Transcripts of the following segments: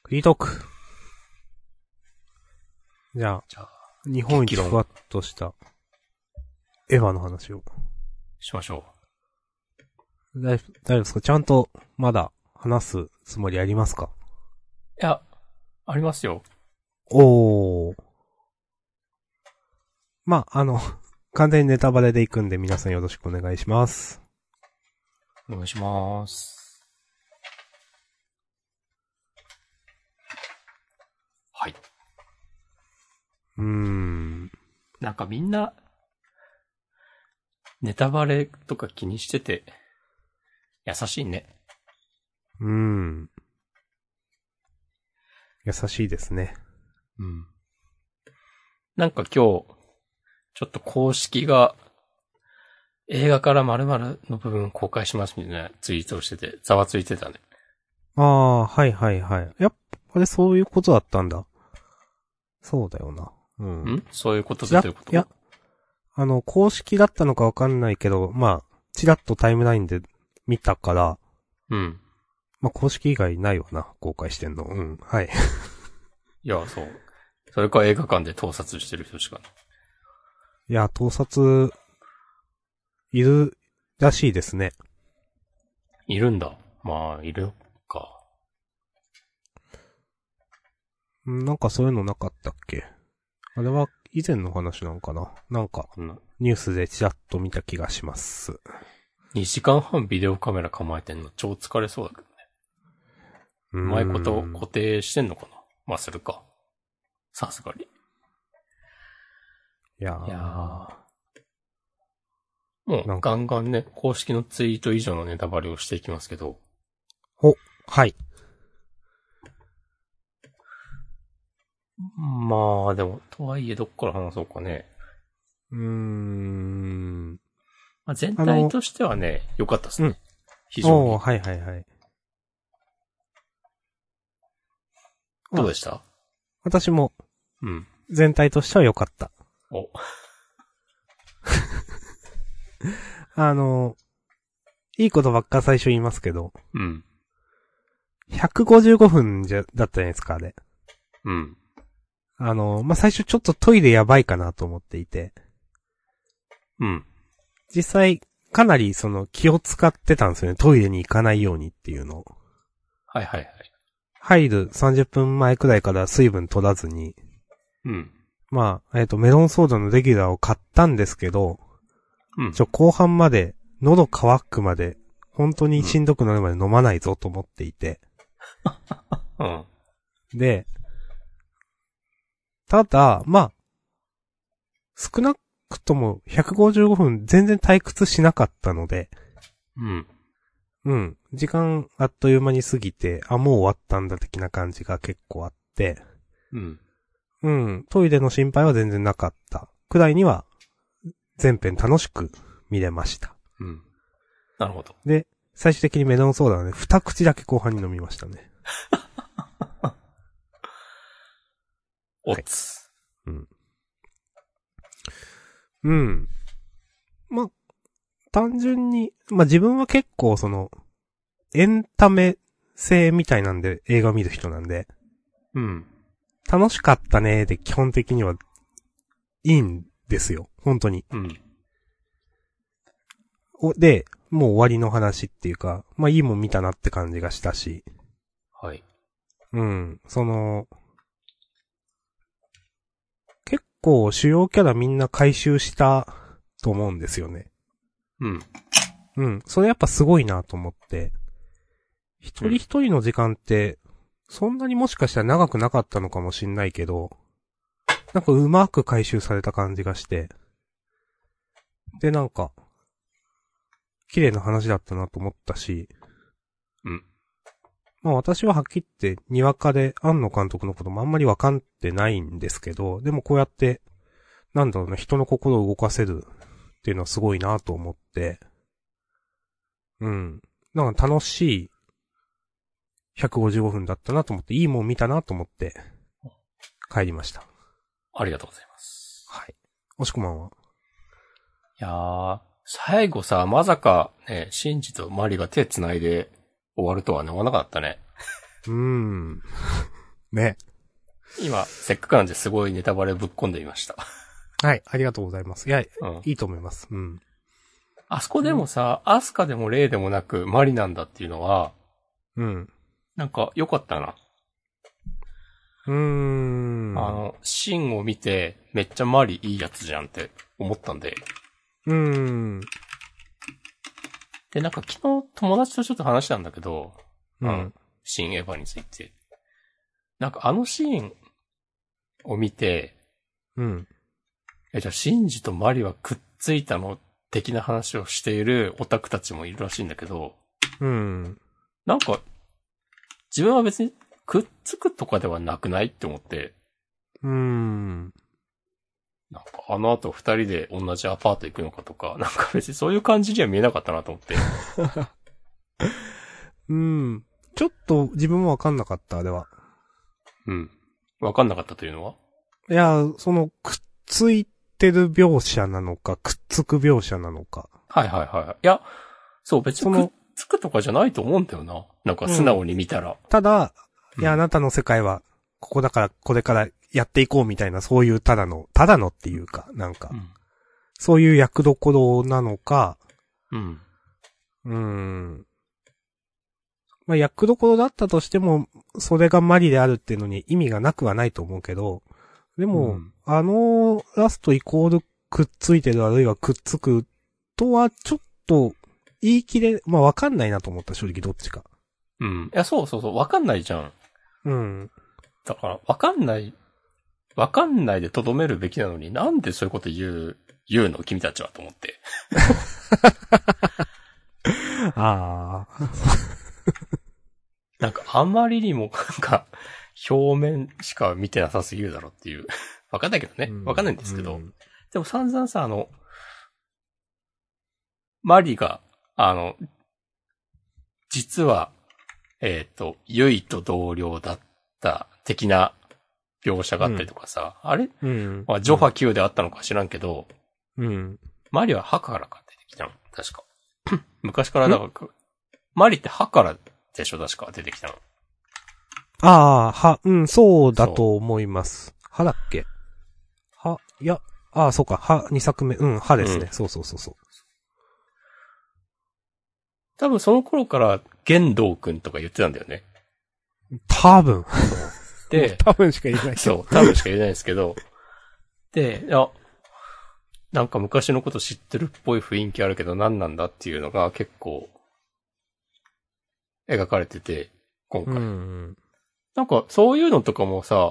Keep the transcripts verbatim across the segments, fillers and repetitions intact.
フリートーク。じゃあ、 じゃあ、 日本一ふわっとしたエヴァの話を。 しましょ大丈夫、大丈夫ですか？ちゃんとまだ話すつもりありますか？ う。いや、ありますよ。 おー。まあ、あの、完全にネタバレでいくんで皆さんよろしくお願いします。 お願いします。はい。 うーん。 なんかみんな、ネタバレとか気にしてて、優しいね。 うーん。優しいですね。 うん。なんか今日、ちょっと公式が、映画から〇〇の部分公開しますみたいなツイートをしてて、ざわついてたね。 ああ、はいはいはい。やっぱりそういうことだったんだ。そうだよな。うん。 んそういうことだということ？ いや、あの、公式だったのかわかんないけど、まあ、ちらっとタイムラインで見たから、 うん。 まあ、公式以外ないわな、公開してんの。うん、はい。 いや、そう。それか映画館で盗撮してる人しかない。 いや、盗撮、いるらしいですね。 いるんだ。まあ、いるか。 んなんかそういうのなかったっけ？あれは以前の話なのかな？なんか、ニュースでちらっと見た気がします。 にじかんはんビデオカメラ構えてんの超疲れそうだけどね。うまいこと固定してんのかな？まあするか。さすがに。 いやー。 いやーもうガンガンね、公式のツイート以上のネタバレをしていきますけど。 お、はい。 まあでも、とはいえどっから話そうかね。 うーん。 まあ、全体としてはね、良かったですね。 うん、 非常に。 おー、はいはいはい。 どうでした？ 私も、 うん。 全体としては良かった。 お。 あの、いいことばっか最初言いますけど。 うん。 ひゃくごじゅうごふんじゃ、だったじゃないですか、あれ。 うん。 あの、まあ、最初ちょっとトイレやばいかなと思っていて。 うん。 実際、かなりその気を使ってたんですよね。トイレに行かないようにっていうのを。 はいはいはい。 入るさんじゅっぷんまえくらいから水分取らずに。 うん。 まあ、えっと、メロンソーダのレギュラーを買ったんですけど、 うん。 ちょ、後半まで、喉乾くまで、本当にしんどくなるまで飲まないぞと思っていて。 うん。 で、ただ、まあ、少なくともひゃくごじゅうごふん全然退屈しなかったので、 うん。 うん。時間あっという間に過ぎて、あ、もう終わったんだ的な感じが結構あって、 うん。 うん。トイレの心配は全然なかった。くらいには、全編楽しく見れました。 うん。なるほど。 で、最終的にメロンソーダはね、二口だけ後半に飲みましたね。 おつ、 はい。うん。うん。まあ、単純に、まあ自分は結構その、エンタメ性みたいなんで映画を見る人なんで、 うん。 楽しかったねーで基本的にはいいんですよ。本当に。 うん。 お、で、もう終わりの話っていうか、まあいいもん見たなって感じがしたし。 はい。 うん、その、結構主要キャラみんな回収したと思うんですよね。 うん。 うん、それやっぱすごいなと思って。一人一人の時間って、そんなにもしかしたら長くなかったのかもしんないけど、なんかうまく回収された感じがして。で、なんか、綺麗な話だったなと思ったし。 うん。 まあ私ははっきり言って、にわかで、庵野監督のこともあんまりわかってないんですけど、でもこうやって、なんだろうな、人の心を動かせるっていうのはすごいなと思って、うん。なんか楽しいひゃくごじゅうごふんだったなと思って、いいもん見たなと思って、帰りました。 ありがとうございます。 はい。おしこまんは？ いやー、最後さ、まさかね、シンジとマリが手繋いで終わるとはね、思わなかったね。 うーん。 ね。 今、せっかくなんですごいネタバレぶっ込んでみました。 はい、ありがとうございます。いや、 うん、 いいと思います。うん。 あそこでもさ、アスカでもレイでもなくマリなんだっていうのは、 うん。 なんか良かったな。 うーん。 あの、シンを見て、めっちゃマリいいやつじゃんって思ったんで。 うーん。 で、なんか昨日友達とちょっと話したんだけど、 うん。 うん、シンエヴァについて。なんかあのシーンを見て、 うん。 え、じゃあシンジとマリはくっついたの的な話をしているオタクたちもいるらしいんだけど、 うん。 なんか、自分は別にくっつくとかではなくないって思って、 うーん。 なんかあの後二人で同じアパート行くのかとか、なんか別にそういう感じには見えなかったなと思って。 うん。ちょっと自分もわかんなかった、あれは。 うん。わかんなかったというのは？ いや、その、くっついてる描写なのか、くっつく描写なのか。 はいはいはい。いや、そう別にくっつくとかじゃないと思うんだよな。なんか素直に見たら。うん、 ただ、いや、 うん、 あなたの世界は、ここだから、これからやっていこうみたいな、そういうただの、ただのっていうか、なんか、うん、そういう役どころなのか、 うん。 うーん。まあ、役どころだったとしても、それがマリであるっていうのに意味がなくはないと思うけど、でも、うん、あのラストイコールくっついてるあるいはくっつくとはちょっと言い切れ、まあわかんないなと思った、正直どっちか。 うん。いや、そうそうそう、わかんないじゃん。 うん。 だから、わかんない、わかんないでとどめるべきなのになんでそういうこと言う、言うの君たちはと思って。 ああ。 なんかあまりにもなんか表面しか見てなさすぎるだろっていう。わかんないけどね。わかんないんですけど。うん、でも散々さ、あの、マリが、あの、実は、えっと、ユイと同僚だった的な描写があったりとかさ、うん、あれ、 うんまあ、ジョハきゅうであったのか知らんけど、 うん、 マリは歯からか出てきたの確か。昔からだから、マリって歯からでしょ確か出てきたの。 ああ、は、うん、そうだと思います。歯だっけ歯、いや、ああ、そうか、歯、二作目、うん、歯ですね、うん。そうそうそうそう。 多分その頃から、玄道くんとか言ってたんだよね。 多分。 で、 多分しか言えない。 そう、多分しか言えないんですけど、で、いや、なんか昔のこと知ってるっぽい雰囲気あるけど何なんだっていうのが結構、描かれてて、今回。うんうん、なんか、そういうのとかもさ、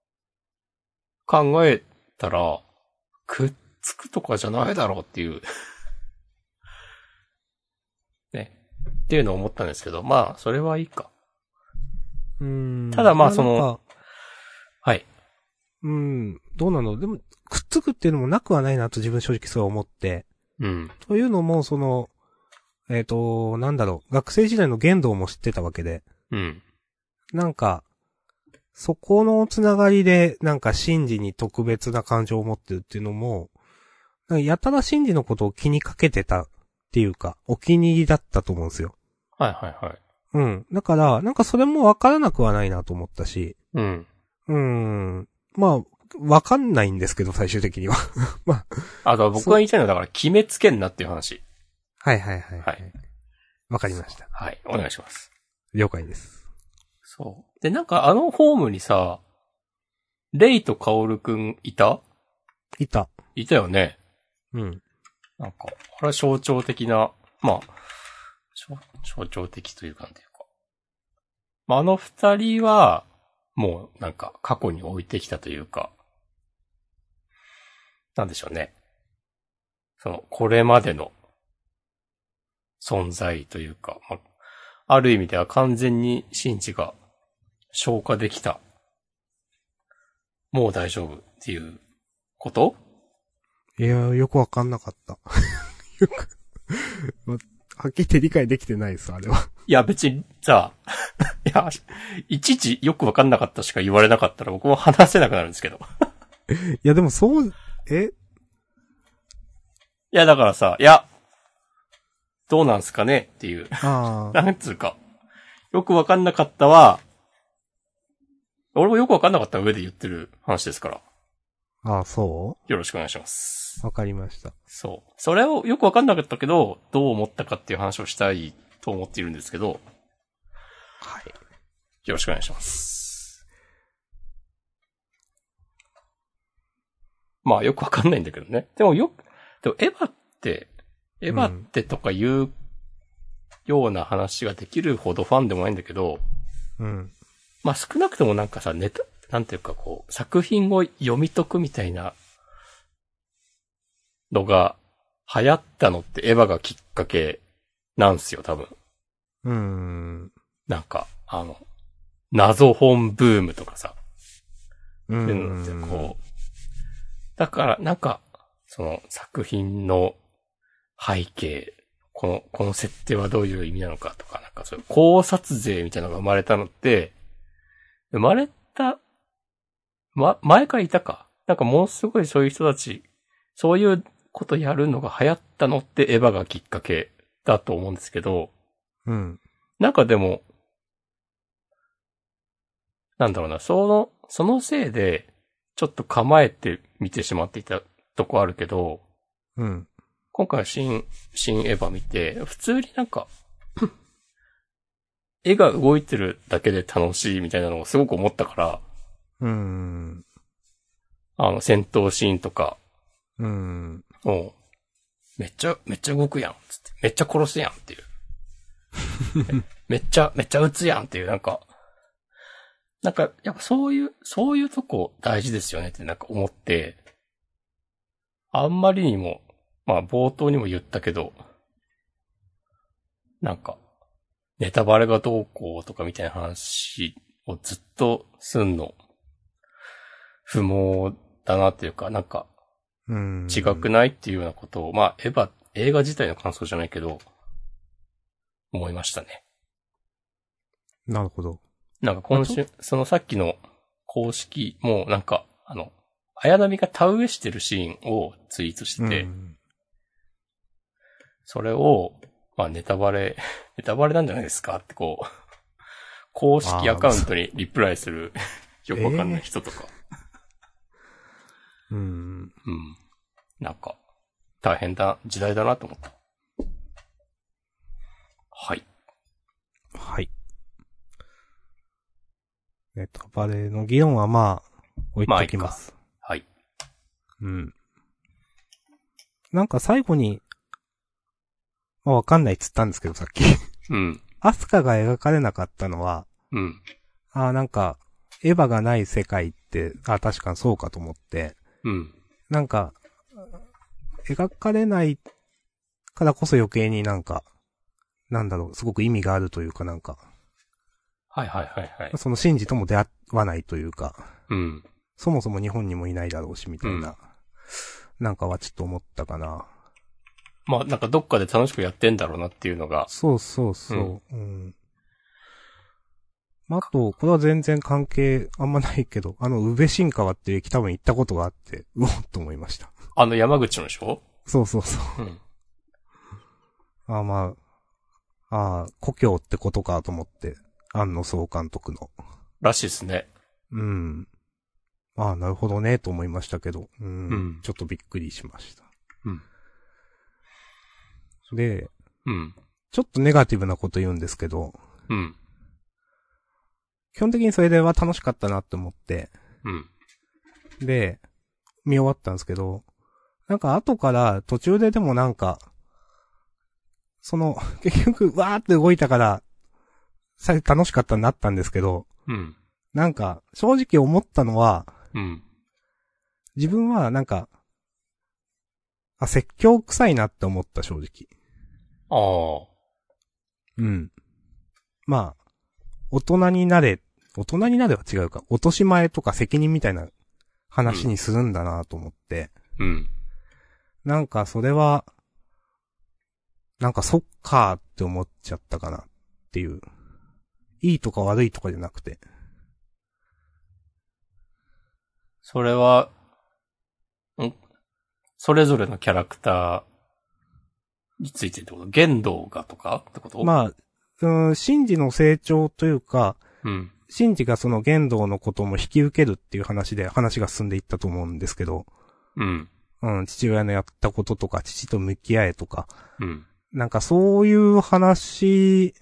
考えたら、くっつくとかじゃないだろうっていう。ね。っていうのを思ったんですけど、まあ、それはいいか。 うーん。 ただまあ、その、はい。 うん。どうなのでも、くっつくっていうのもなくはないなと自分正直そう思って。 うん。 というのも、その、えっと、なんだろう、学生時代の言動も知ってたわけで。 うん。 なんか、そこのつながりで、なんか、シンジに特別な感情を持ってるっていうのも、やたらシンジのことを気にかけてたっていうか、お気に入りだったと思うんですよ。 はいはいはい。 うん。だから、なんかそれもわからなくはないなと思ったし。 うん。 うーん。まあ、わかんないんですけど、最終的には。まあ。あと僕が言いたいのは、だから決めつけんなっていう話。 はいはいはい。 はい。 わかりました。 はい。お願いします。 了解です。 そう。で、なんかあのホームにさ、レイとカオルくんいた？ いた。 いたよね。 うん。 なんか、これは象徴的な、まあ、象徴的というか、なんていうか。まあ、あの二人は、もうなんか過去に置いてきたというか、なんでしょうね。その、これまでの存在というか、まあ、ある意味では完全にシンジが消化できた。もう大丈夫っていうこと？ いやー、よくわかんなかった。よくはっきり言って理解できてないです、あれは。 いや、別にさ、いや、いちいちよくわかんなかったしか言われなかったら僕も話せなくなるんですけど。 いや、でもそう、えいや、だからさ、いや、どうなんすかねっていう。 あなんつうか。よくわかんなかったは、 俺もよくわかんなかった上で言ってる話ですから。 ああ、そよろしくお願いします。 う？わかりました。 そう。それをよくわかんなかったけど、どう思ったかっていう話をしたいと思っているんですけど。 はい。 よろしくお願いします。まあよくわかんないんだけどね。でもよく、でもエヴァって、エヴァってとかいうような話ができるほどファンでもないんだけど、 うん。 まあ少なくともなんかさ、ネタ、なんていうかこう、作品を読み解くみたいなのが流行ったのってエヴァがきっかけなんすよ、多分。 うーん。 なんか、あの、謎本ブームとかさ。 うーん。 そういうのってこう。だから、なんか、その作品の背景、この、この設定はどういう意味なのかとか、なんかそういう考察勢みたいなのが生まれたのって、生まれた、ま、前からいたか。なんかものすごいそういう人たち、そういうことやるのが流行ったのってエヴァがきっかけだと思うんですけど、 うん。 なんかでも、なんだろうな、その、そのせいで、ちょっと構えて見てしまっていたとこあるけど、 うん。 今回新、新エヴァ見て、普通になんか、絵が動いてるだけで楽しいみたいなのをすごく思ったから、 うーん。 あの、戦闘シーンとか、 うーん。 を、めっちゃ、めっちゃ動くやん、つって。めっちゃ殺すやんっていう。めっちゃ、めっちゃ撃つやんっていう、なんか、なんか、やっぱそういう、そういうとこ大事ですよねってなんか思って、あんまりにも、まあ冒頭にも言ったけど、なんか、ネタバレがどうこうとかみたいな話をずっとすんの、不毛だなっていうか、なんか、 うーん。 違くないっていうようなことを、まあ、エヴァ、映画自体の感想じゃないけど、思いましたね。 なるほど。 なんか今週、そのさっきの公式もなんか、あの、綾波が田植えしてるシーンをツイートしてて、 うん、 それを、まあネタバレ、ネタバレなんじゃないですかってこう、公式アカウントにリプライするよくわかんない人とか。 えー、うん。 うん。なんか、大変だ、時代だなと思った。はい。 はい。ネタバレの議論はまあ、置いときます。 まあ、いいか。はい。 うん。なんか最後に、まあわかんないっつったんですけどさっき。 うん。 アスカが描かれなかったのは、 うん。 ああ、なんか、エヴァがない世界って、あ確かにそうかと思って、 うん。 なんか、描かれないからこそ余計になんか、なんだろう、すごく意味があるというかなんか、 はいはいはいはい。 そのシンジとも出会わないというか、 うん。 そもそも日本にもいないだろうしみたいな、うん、なんかはちょっと思ったかな。 まあなんかどっかで楽しくやってんだろうなっていうのが。 そうそうそう。うん。うんまあ、あと、これは全然関係あんまないけど、あの、宇部新川っていう駅多分行ったことがあって、うおっと思いました。 あの山口のでしょ？ そうそうそう。うん。ああまあ、ああ、故郷ってことかと思って、庵野総監督の。 らしいですね。 うん。ああ、なるほどね、と思いましたけど、うん、 うん。 ちょっとびっくりしました。 うん。 で、 うん。 ちょっとネガティブなこと言うんですけど、 うん。 基本的にそれでは楽しかったなって思って、 うん。 で、見終わったんですけど、なんか後から途中ででもなんか、その、結局、わーって動いたから、さ楽しかったになったんですけど、 うん。 なんか、正直思ったのは、 うん。 自分はなんか、あ、説教臭いなって思った、正直。 ああ。 うん。まあ、大人になれ、大人になれは違うか、落とし前とか責任みたいな話にするんだなと思って。 うん。 なんかそれは、なんかそっかーって思っちゃったかなっていう。いいとか悪いとかじゃなくて。 それは、んそれぞれのキャラクターについてってこと？言動がとかってこと？ まあ、うん、シンジの成長というか、 うん。 シンジがその玄道のことも引き受けるっていう話で話が進んでいったと思うんですけど、 うん。 うん、父親のやったこととか、父と向き合えとか、 うん。 なんかそういう話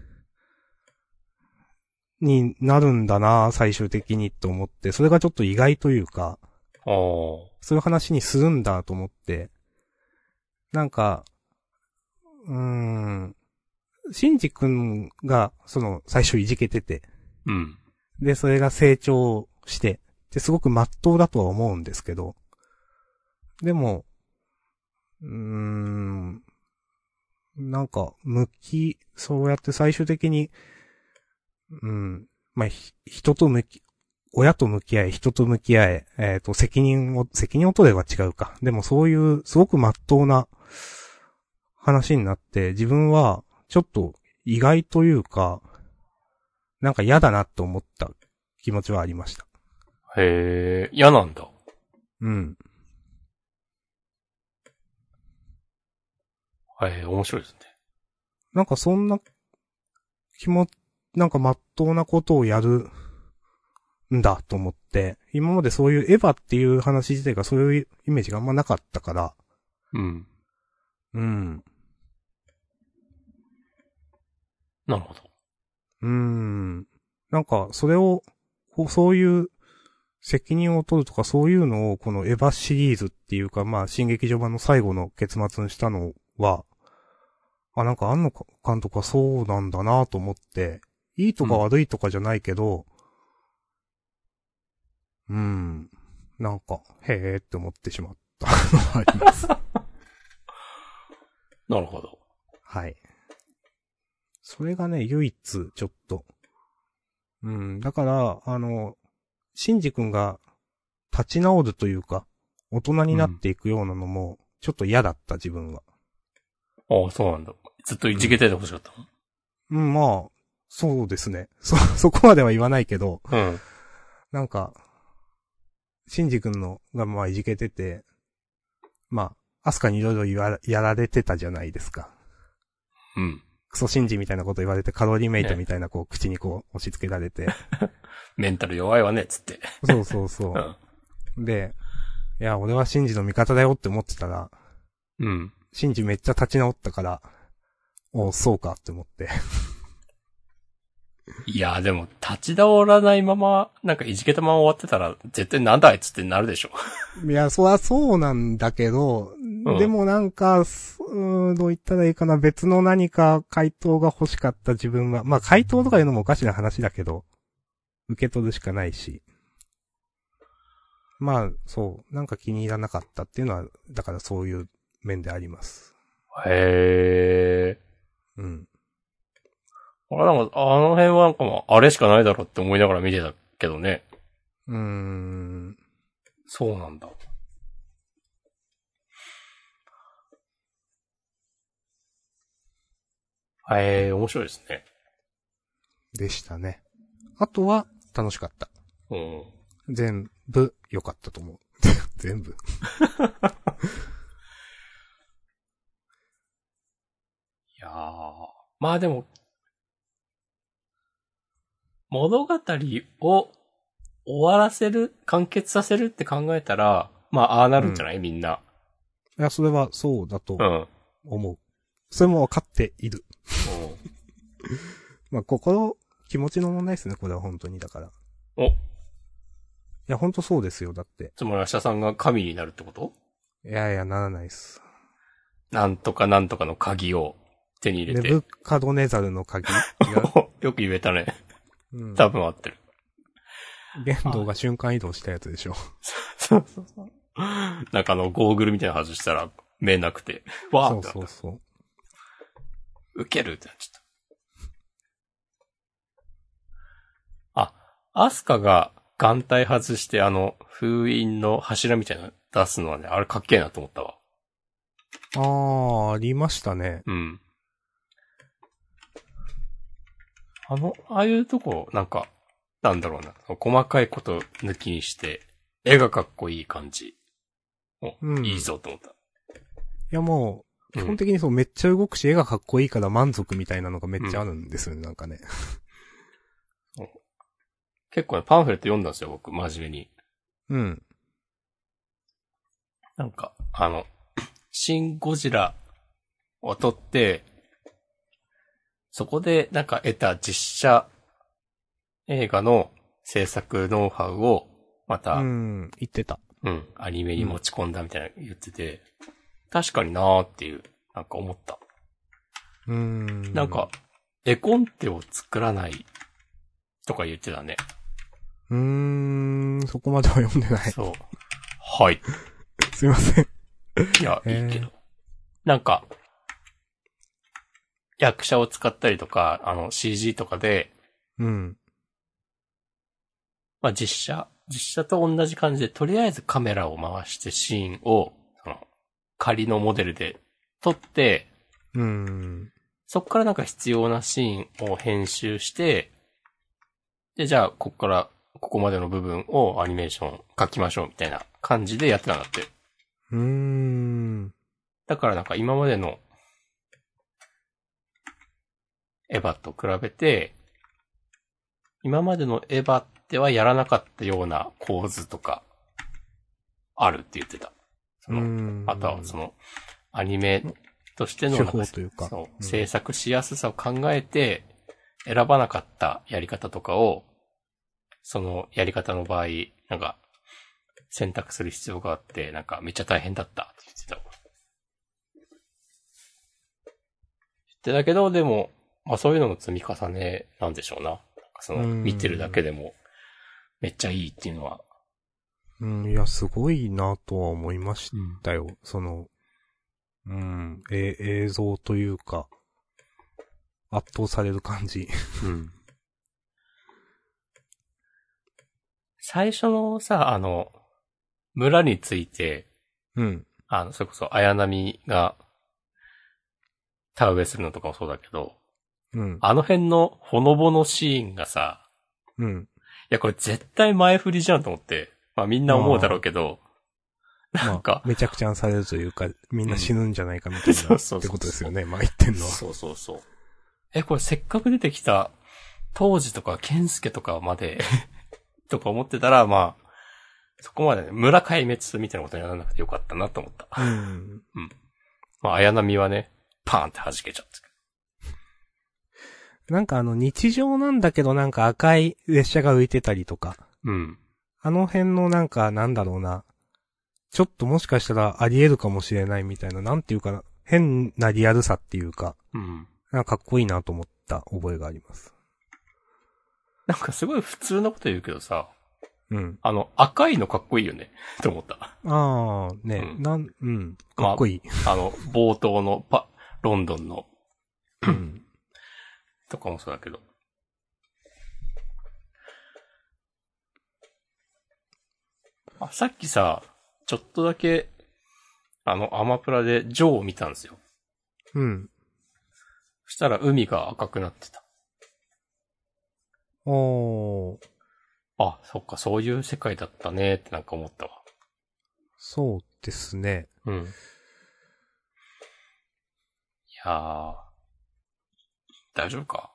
になるんだな、最終的にと思って、それがちょっと意外というか、 ああ。 そういう話にするんだと思って、なんか、うーん、シンジ君が、その、最初いじけてて、 うん。 で、それが成長して、で、すごく真っ当だとは思うんですけど、でも、うーん、なんか、向き、そうやって最終的に、うん、まあ、ひ人と向き、親と向き合い、人と向き合え、えっと、責任を、責任を取れば違うか。でもそういう、すごく真っ当な話になって、自分は、ちょっと意外というか、なんか嫌だなって思った気持ちはありました。 へえ、嫌なんだ。 うん。 へえ、面白いですね。 なんかそんな気も、なんか真っ当なことをやるんだと思って、今までそういうエヴァっていう話自体がそういうイメージがあんまなかったから、 うん。 うん。 なるほど。 うーん。なんか、それを、こうそういう責任を取るとかそういうのをこのエヴァシリーズっていうか、まあ、新劇場版の最後の結末にしたのは、あ、なんか庵野監督はそうなんだなと思って、いいとか悪いとかじゃないけど、うん、うんなんか、へーって思ってしまったのがあります。 なるほど。 はい。それがね、唯一、ちょっと。うん、だから、あの、シンジ君が立ち直るというか、大人になっていくようなのも、ちょっと嫌だった、自分は。 ああ、そうなんだ。ずっといじけてて欲しかったの、 うん、まあ、そうですね。そ、そこまでは言わないけど、 うん。 なんか、シンジ君のがまあいじけてて、まあ、アスカにいろいろ言わ、やられてたじゃないですか。 うん。 クソシンジみたいなこと言われて、カロリーメイトみたいなこう、口にこう、押し付けられて。 メンタル弱いわね、つって。 そうそうそう。 うん。 で、いや、俺はシンジの味方だよって思ってたら、 うん。 シンジめっちゃ立ち直ったから、おそうかって思って。 いや、でも、立ち直らないまま、なんかいじけたまま終わってたら、絶対なんだあいつってなるでしょ。 いや、そりゃそうなんだけど、 うん、 でもなんか、うーん、どう言ったらいいかな、別の何か回答が欲しかった自分は、まあ回答とかいうのもおかしな話だけど、受け取るしかないし。まあ、そう、なんか気に入らなかったっていうのは、だからそういう面であります。 へー。 うん。 あれなんか、あの辺はなんかもう、あれしかないだろうって思いながら見てたけどね。 うーん。 そうなんだ。へー、面白いですね。 でしたね。あとは、楽しかった。 うん。 全部、良かったと思う。全部。 いやー。まあでも、物語を終わらせる、完結させるって考えたら、まあ、ああなるんじゃない、うん、みんな。 いや、それはそうだと思う。 うん、 それも分かっている。 うん、 まあ、心、気持ちの問題ですね、これは本当に、だから。 お。 いや、本当そうですよ、だって。 つまり、明日さんが神になるってこと？ いやいや、ならないっす。 なんとかなんとかの鍵を手に入れて。 ネブカドネザルの鍵よく言えたね。 うん、 多分合ってる。 玄道が瞬間移動したやつでしょ。 そうそうそう。なんかあの、ゴーグルみたいなの外したら、目なくて、わーってなった。 そうそうそう。 ウケるってなっちゃった。あ、アスカが眼帯外してあの、封印の柱みたいなの出すのはね、あれかっけえなと思ったわ。 あー、ありましたね。 うん。あの、ああいうとこ、なんか、なんだろうな。細かいこと抜きにして、絵がかっこいい感じ。お、うん、いいぞと思った。いやもう、基本的にそう、めっちゃ動くし、絵がかっこいいから満足みたいなのがめっちゃあるんですよね、うん、なんかね。 結構ね、パンフレット読んだんですよ、僕、真面目に。 うん。 なんか、あの、シン・ゴジラを撮って、そこでなんか得た実写映画の制作ノウハウを、また、 うん、言ってた。 うん、アニメに持ち込んだみたいな言ってて、うん、確かになーっていう、なんか思った。 うーん。 なんか、絵コンテを作らないとか言ってたね。 うーん、そこまでは読んでない。 そう。はい。 すいません。 いや、いいけど。なんか、役者を使ったりとか、あの シージー とかで、 うん。 まあ実写、実写と同じ感じで、とりあえずカメラを回してシーンを、その、仮のモデルで撮って、 うん。 そっからなんか必要なシーンを編集して、で、じゃあ、こっから、ここまでの部分をアニメーション書きましょうみたいな感じでやってたんだって。 うーん。 だからなんか今までのエヴァと比べて、今までのエヴァではやらなかったような構図とか、あるって言ってた。その、あとはその、アニメとしての手法というか、 そう、うん、制作しやすさを考えて、選ばなかったやり方とかを、そのやり方の場合、なんか、選択する必要があって、なんかめっちゃ大変だったって言ってた。言ってたけど、でも、まあそういうのの積み重ねなんでしょうな。なんかその、見てるだけでも、めっちゃいいっていうのは。 うん、いや、すごいなとは思いましたよ。うん、その、うん、え、映像というか、圧倒される感じ。 うん。最初のさ、あの、村について、 うん。 あの、それこそ綾波が田植えするのとかもそうだけど、 うん。 あの辺のほのぼのシーンがさ、 うん。 いや、これ絶対前振りじゃんと思って、まあみんな思うだろうけど、なんか、 まあ、めちゃくちゃされるというか、みんな死ぬんじゃないかみたいな、うん、ってことですよね、まあ言ってんのは。 そうそうそう。え、これせっかく出てきた、当時とか健介とかまで、とか思ってたら、まあ、そこまでね、村壊滅みたいなことにならなくてよかったなと思った。 うん。 うん。まあ、綾波はね、パーンって弾けちゃった。 なんかあの、日常なんだけどなんか赤い列車が浮いてたりとか。 うん。 あの辺のなんか、なんだろうな。ちょっともしかしたらあり得るかもしれないみたいな、なんていうかな、変なリアルさっていうか。 うん。 なんかかっこいいなと思った覚えがあります。 なんかすごい普通のこと言うけどさ、 うん。 あの、赤いのかっこいいよね、と思った。 ああ、ね、うん、なん、うん、かっこいい。 まあ、あの、冒頭のパ、ロンドンの、うん。とかもそうだけど。あ、さっきさ、ちょっとだけ、あの、アマプラでジョーを見たんですよ。 うん。 そしたら海が赤くなってた。 おー。 あ、そっか、そういう世界だったねってなんか思ったわ。 そうですね。 うん。いやー、大丈夫か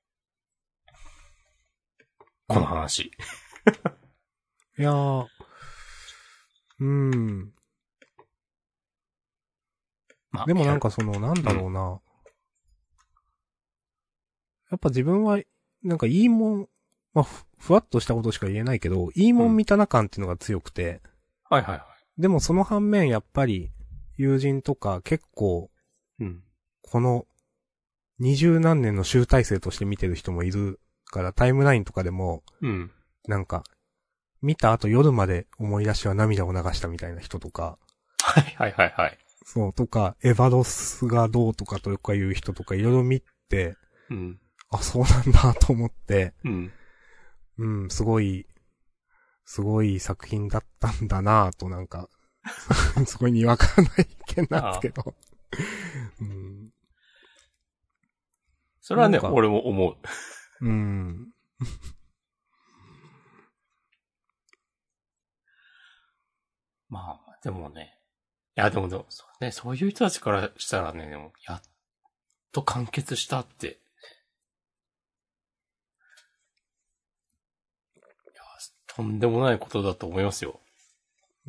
この話。 いやー、うーん。まあ、でもなんかその、なんだろうな、うん。やっぱ自分は、なんかいいもん、まあふ、ふわっとしたことしか言えないけど、いいもん見たな感っていうのが強くて。 うん、はいはいはい。 でもその反面やっぱり、友人とか結構、 うん、 この、二十何年の集大成として見てる人もいるから、タイムラインとかでも、 うん、 なんか、見た後夜まで思い出しは涙を流したみたいな人とか。 はいはいはいはい。 そう、とか、エヴァロスがどうとかとかいう人とかいろいろ見て、 うん、 あ、そうなんだと思って、 うん、 うん、すごい、すごい作品だったんだなぁとなんか、すごいにわかんない意見なんですけど。うん、 それはね、俺も思う。 うん。 まあ、でもね。いや、でもでも、そうね、そういう人たちからしたらね、でもやっと完結したって。 とんでもないことだと思いますよ。 うん。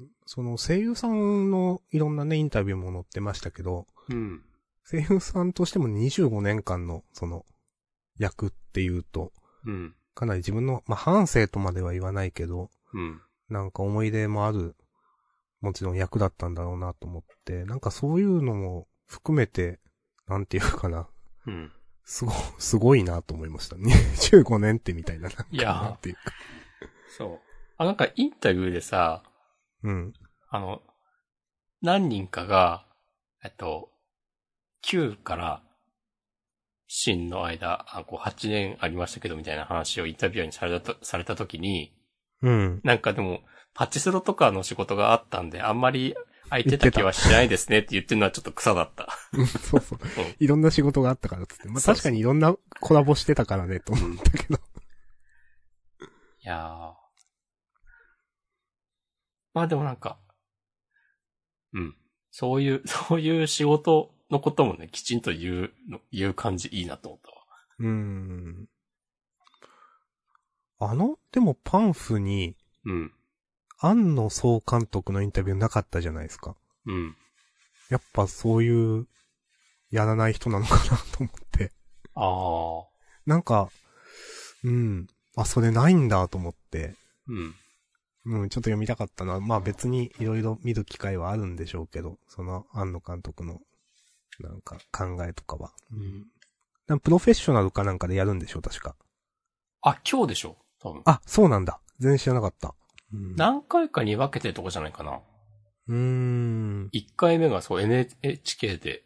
その声優さんのいろんなね、インタビューも載ってましたけど、 うん。 声優さんとしてもにじゅうごねんかんの、その、役っていうと、 うん。 かなり自分の、まあ、反省とまでは言わないけど、 うん。 なんか思い出もある、もちろん役だったんだろうなと思って、なんかそういうのも含めて、なんていうかな、 うん。 すご、すごいなと思いました。にじゅうごねんってみたいな、なんかいやーなんていうか。 そう。あ、なんかインタビューでさ、 うん。 あの、何人かが、えっと、きゅうから新の間、あこうはちねんありましたけどみたいな話をインタビュアーにされたと、されたときに、 うん。 なんかでも、パチスロとかの仕事があったんで、あんまり空いてた気はしないですねって言ってるのはちょっと草だった。 うんそうそう。 うん。 いろんな仕事があったからっつって。まあそうそう確かにいろんなコラボしてたからね、と思ったけど。 いやー。まあでもなんか、うん。そういう、そういう仕事のこともね、きちんと言うの、言う感じいいなと思ったわ。 うーん。あの、でもパンフに、 うん。 庵野総監督のインタビューなかったじゃないですか。 うん。 やっぱそういう、やらない人なのかなと思って。 ああ。 なんか、うん。あ、それないんだと思って。 うん。 うん、ちょっと読みたかったな。まあ別にいろいろ見る機会はあるんでしょうけど、その、庵野監督の、なんか考えとかは。うん。なんかプロフェッショナルかなんかでやるんでしょう、確か。 あ、今日でしょ多分。 あ、そうなんだ。全然知らなかった。うん。 何回かに分けてるとこじゃないかな。 うーん。 いっかいめがそう エヌエイチケー で。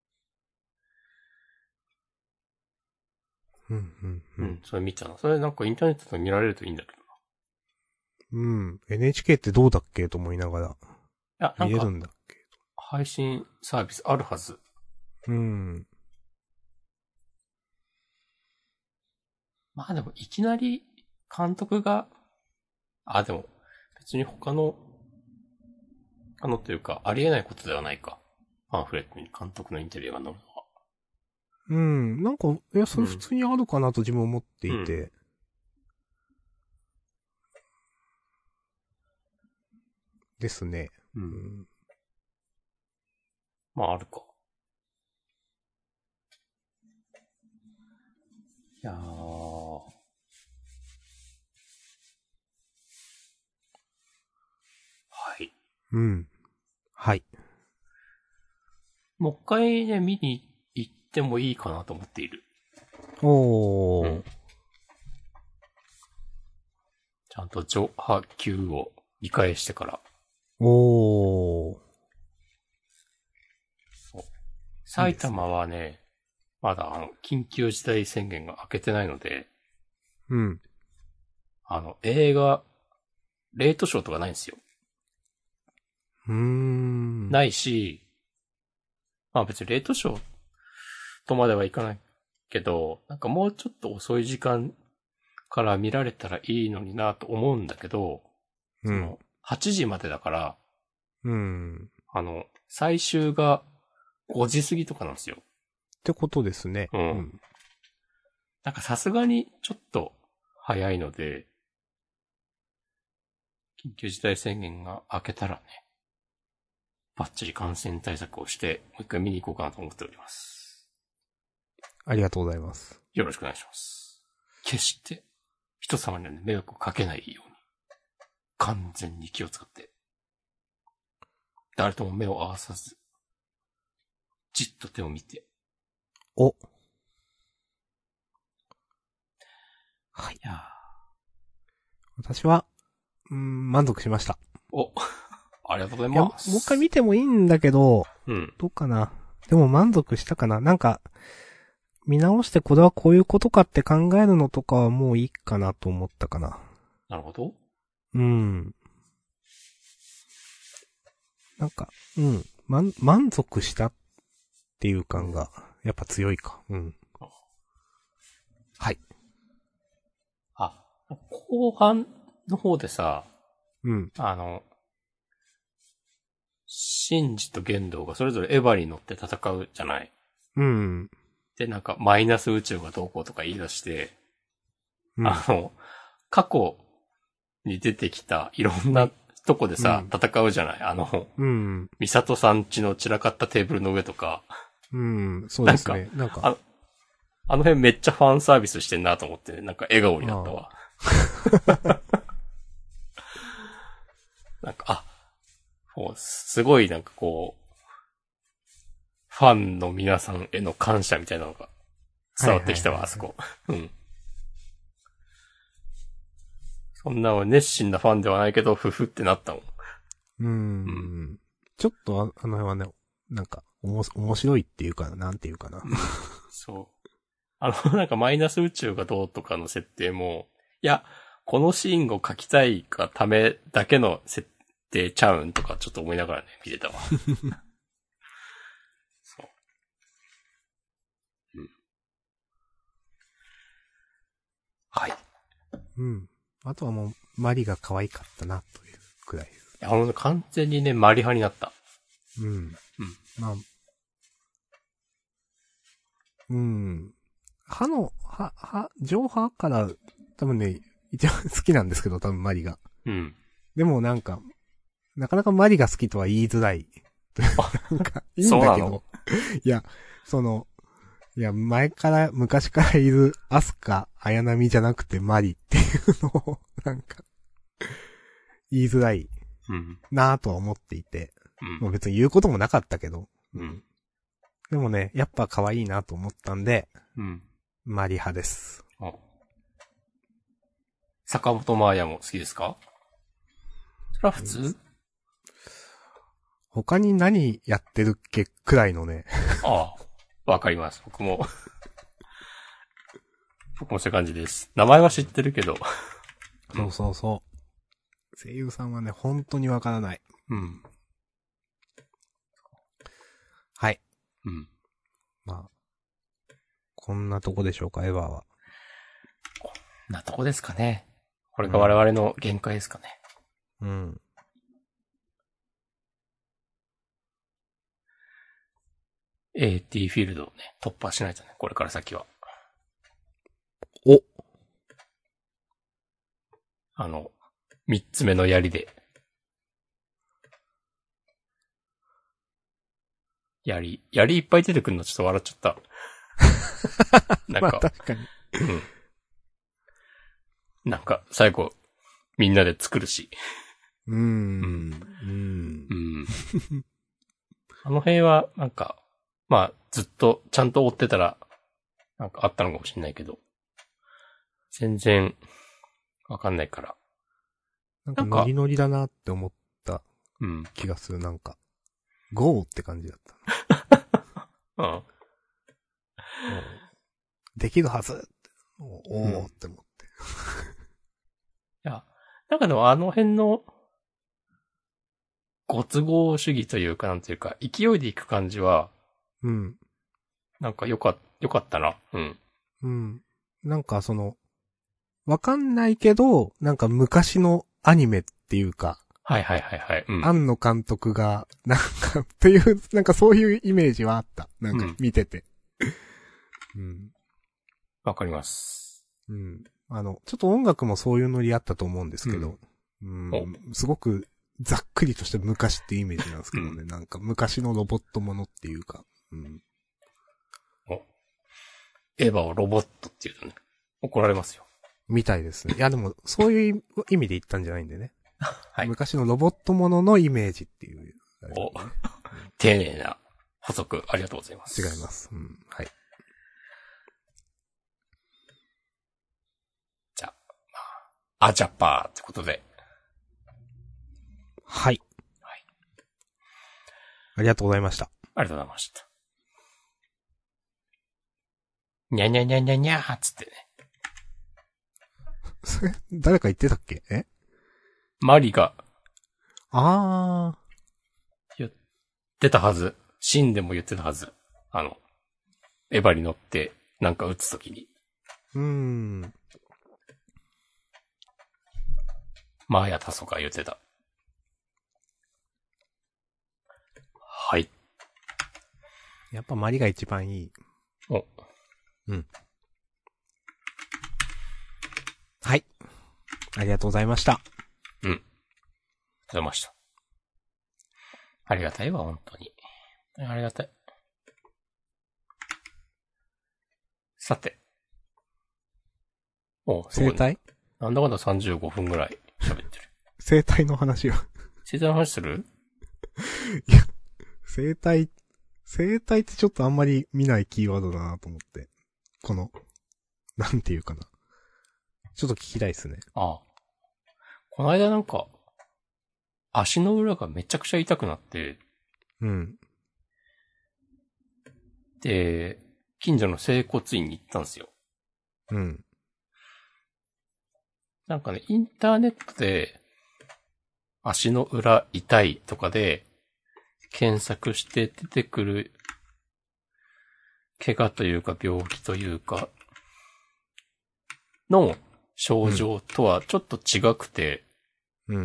うん、うん、ううん、 ん。 それ見たな。それなんかインターネットで見られるといいんだけどうん。エヌエイチケー ってどうだっけと思いながら。 な。いや、なん見れるか、 んだっけ配信サービスあるはず。 うん。 まあでも、いきなり監督が、あ、でも、別に他の、他のというか、ありえないことではないか。パンフレットに監督のインタビューが載るのは。 うん。なんか、いや、それうん普通にあるかなと自分思っていて。ですね。 う。 うんん。 まあ、あるか。いやー。はい。 うん。はい。 もう一回ね、見に行ってもいいかなと思っている。 おー。 うん。ちゃんと上波級を理解してから。 おー。 埼玉はね、まだあの、緊急事態宣言が明けてないので、 うん。 あの、映画、レートショーとかないんですよ。 うーん。 ないし、まあ別にレートショーとまではいかないけど、なんかもうちょっと遅い時間から見られたらいいのになと思うんだけど、 うん。 その、はちじまでだから、 うん。 あの、最終がごじ過ぎとかなんですよ。 ってことですね。 うんうん。 なんかさすがにちょっと早いので、緊急事態宣言が明けたらね、バッチリ感染対策をして、もう一回見に行こうかなと思っております。 ありがとうございます。 よろしくお願いします。決して、人様には、ね、迷惑をかけないように、完全に気を使って、誰とも目を合わさず、じっと手を見て。 お。はい。 いや私は、うん、満足しました。 お、ありがとうございいや、もうます。 一回見てもいいんだけど、 うん。 どうかな。でも満足したかな。なんか、見直してこれはこういうことかって考えるのとかはもういいかなと思ったかな。 なるほど。 うん。なんか、うん。満、満足したっていう感が、やっぱ強いか。うん。はい。 あ、後半の方でさ、 うん。 あの、シンジとゲンドウがそれぞれエヴァに乗って戦うじゃない。 うん。 で、なんかマイナス宇宙がどうこうとか言い出して、 うん、 あの、過去に出てきたいろんなとこでさ、 うん戦うじゃないあの、 うん。 ミサトさん家の散らかったテーブルの上とか。 うん、そうですね。なんか、 あの、あの辺めっちゃファンサービスしてんなと思って、ね、なんか笑顔になったわ。なんか、あ、もうすごいなんかこう、ファンの皆さんへの感謝みたいなのが伝わってきたわ、あそこ。うん。そんな熱心なファンではないけど、ふふってなったもん。 うーん。うん、ちょっとあ、あの辺はね、なんか、おも、面白いっていうかな、なんていうかな。 そう。あの、なんかマイナス宇宙がどうとかの設定も、いや、このシーンを描きたいがためだけの設定ちゃうんとかちょっと思いながらね、見てたわ。そう。うん。はい。 うん。あとはもう、マリが可愛かったな、というくらいです。 いや、ほんと完全にね、マリ派になった。 うん。うん。まあ、うん。歯の、は、は、上歯から多分ね、一番好きなんですけど、多分マリが。 うん。 でもなんか、なかなかマリが好きとは言いづらい。なんか、いいんだけど。いや、その、いや、前から、昔からいるアスカ、綾波じゃなくてマリっていうのを、なんか、言いづらいうん。 なぁとは思っていて、 うん。 もう別に言うこともなかったけど、 うん。 でもね、やっぱ可愛いなと思ったんで、 うん。 マリ派です。 あ、坂本真綾も好きですか？それは普通？ 他に何やってるっけくらいのね。 ああ、わかります。僕も。僕もそういう感じです。名前は知ってるけど。 そうそうそう。声優さんはね、本当にわからない。 うん。 はい。 うん。 まあ、こんなとこでしょうか、エヴァは。 こんなとこですかね。これが我々の限界ですかね。 うん。 エーティー フィールドをね、突破しないとね、これから先は。 おあの、三つ目の槍で。槍、槍いっぱい出てくるのちょっと笑っちゃった。なんか、 まあ確かに。 うん。なんか、最後、みんなで作るし。 うーん。うん。 うん。あの辺は、なんか、まあ、ずっとちゃんと追ってたら、なんかあったのかもしれないけど、全然、わかんないから。 なんかノリノリだなって思ったうん。 気がする、なんか。ゴーって感じだった。 うん。 できるはずっておー、 うん、 って思って。 いや、なんかでもあの辺の、ご都合主義というか、なんというか、勢いでいく感じは、 うん。 なんかよか、よかったな。うん。 うん。なんかその、わかんないけど、なんか昔のアニメっていうか、 はいはいはいはい。うん。 庵野監督が、なんか、っていう、なんかそういうイメージはあった。なんか見てて。うん。 わ、うん、かります。 うん。あの、ちょっと音楽もそういうノリあったと思うんですけど、うん、うんすごくざっくりとした昔っていうイメージなんですけどね。うん、なんか昔のロボットものっていうか。うん。 お、エヴァをロボットっていうとね、怒られますよ。 みたいですね。いやでも、そういう意味で言ったんじゃないんでね。 はい。 昔のロボットもののイメージっていう、ね。 お、丁寧な補足ありがとうございます。 違います。うん。はい。 じゃあ、まあ、アジャパーってことで。 はい。はい。ありがとうございました。 ありがとうございました。にゃにゃにゃにゃにゃーつってね。 それ、誰か言ってたっけ？え？ マリが。 あー。 言ってたはず。シンでも言ってたはず。あの、エヴァに乗ってなんか撃つときに。 うーん。 マーヤタソが言ってた。はい。 やっぱマリが一番いい。 お。 うん。はい。ありがとうございました。 うん。食べました。ありがたいわ、本当に。ありがたい。さて。おう、すごい、ね。 生体なんだかんださんじゅうごふんぐらい喋ってる。 生体の話を生体の話する？ いや、生体、生体ってちょっとあんまり見ないキーワードだなと思って。この、なんていうかな。ちょっと聞きたいですね。 ああ。この間なんか、足の裏がめちゃくちゃ痛くなって、 うん。 で、近所の整骨院に行ったんですよ。 うん。 なんかね、インターネットで、足の裏痛いとかで、検索して出てくる、怪我というか病気というか、の症状とはちょっと違くて、 うん。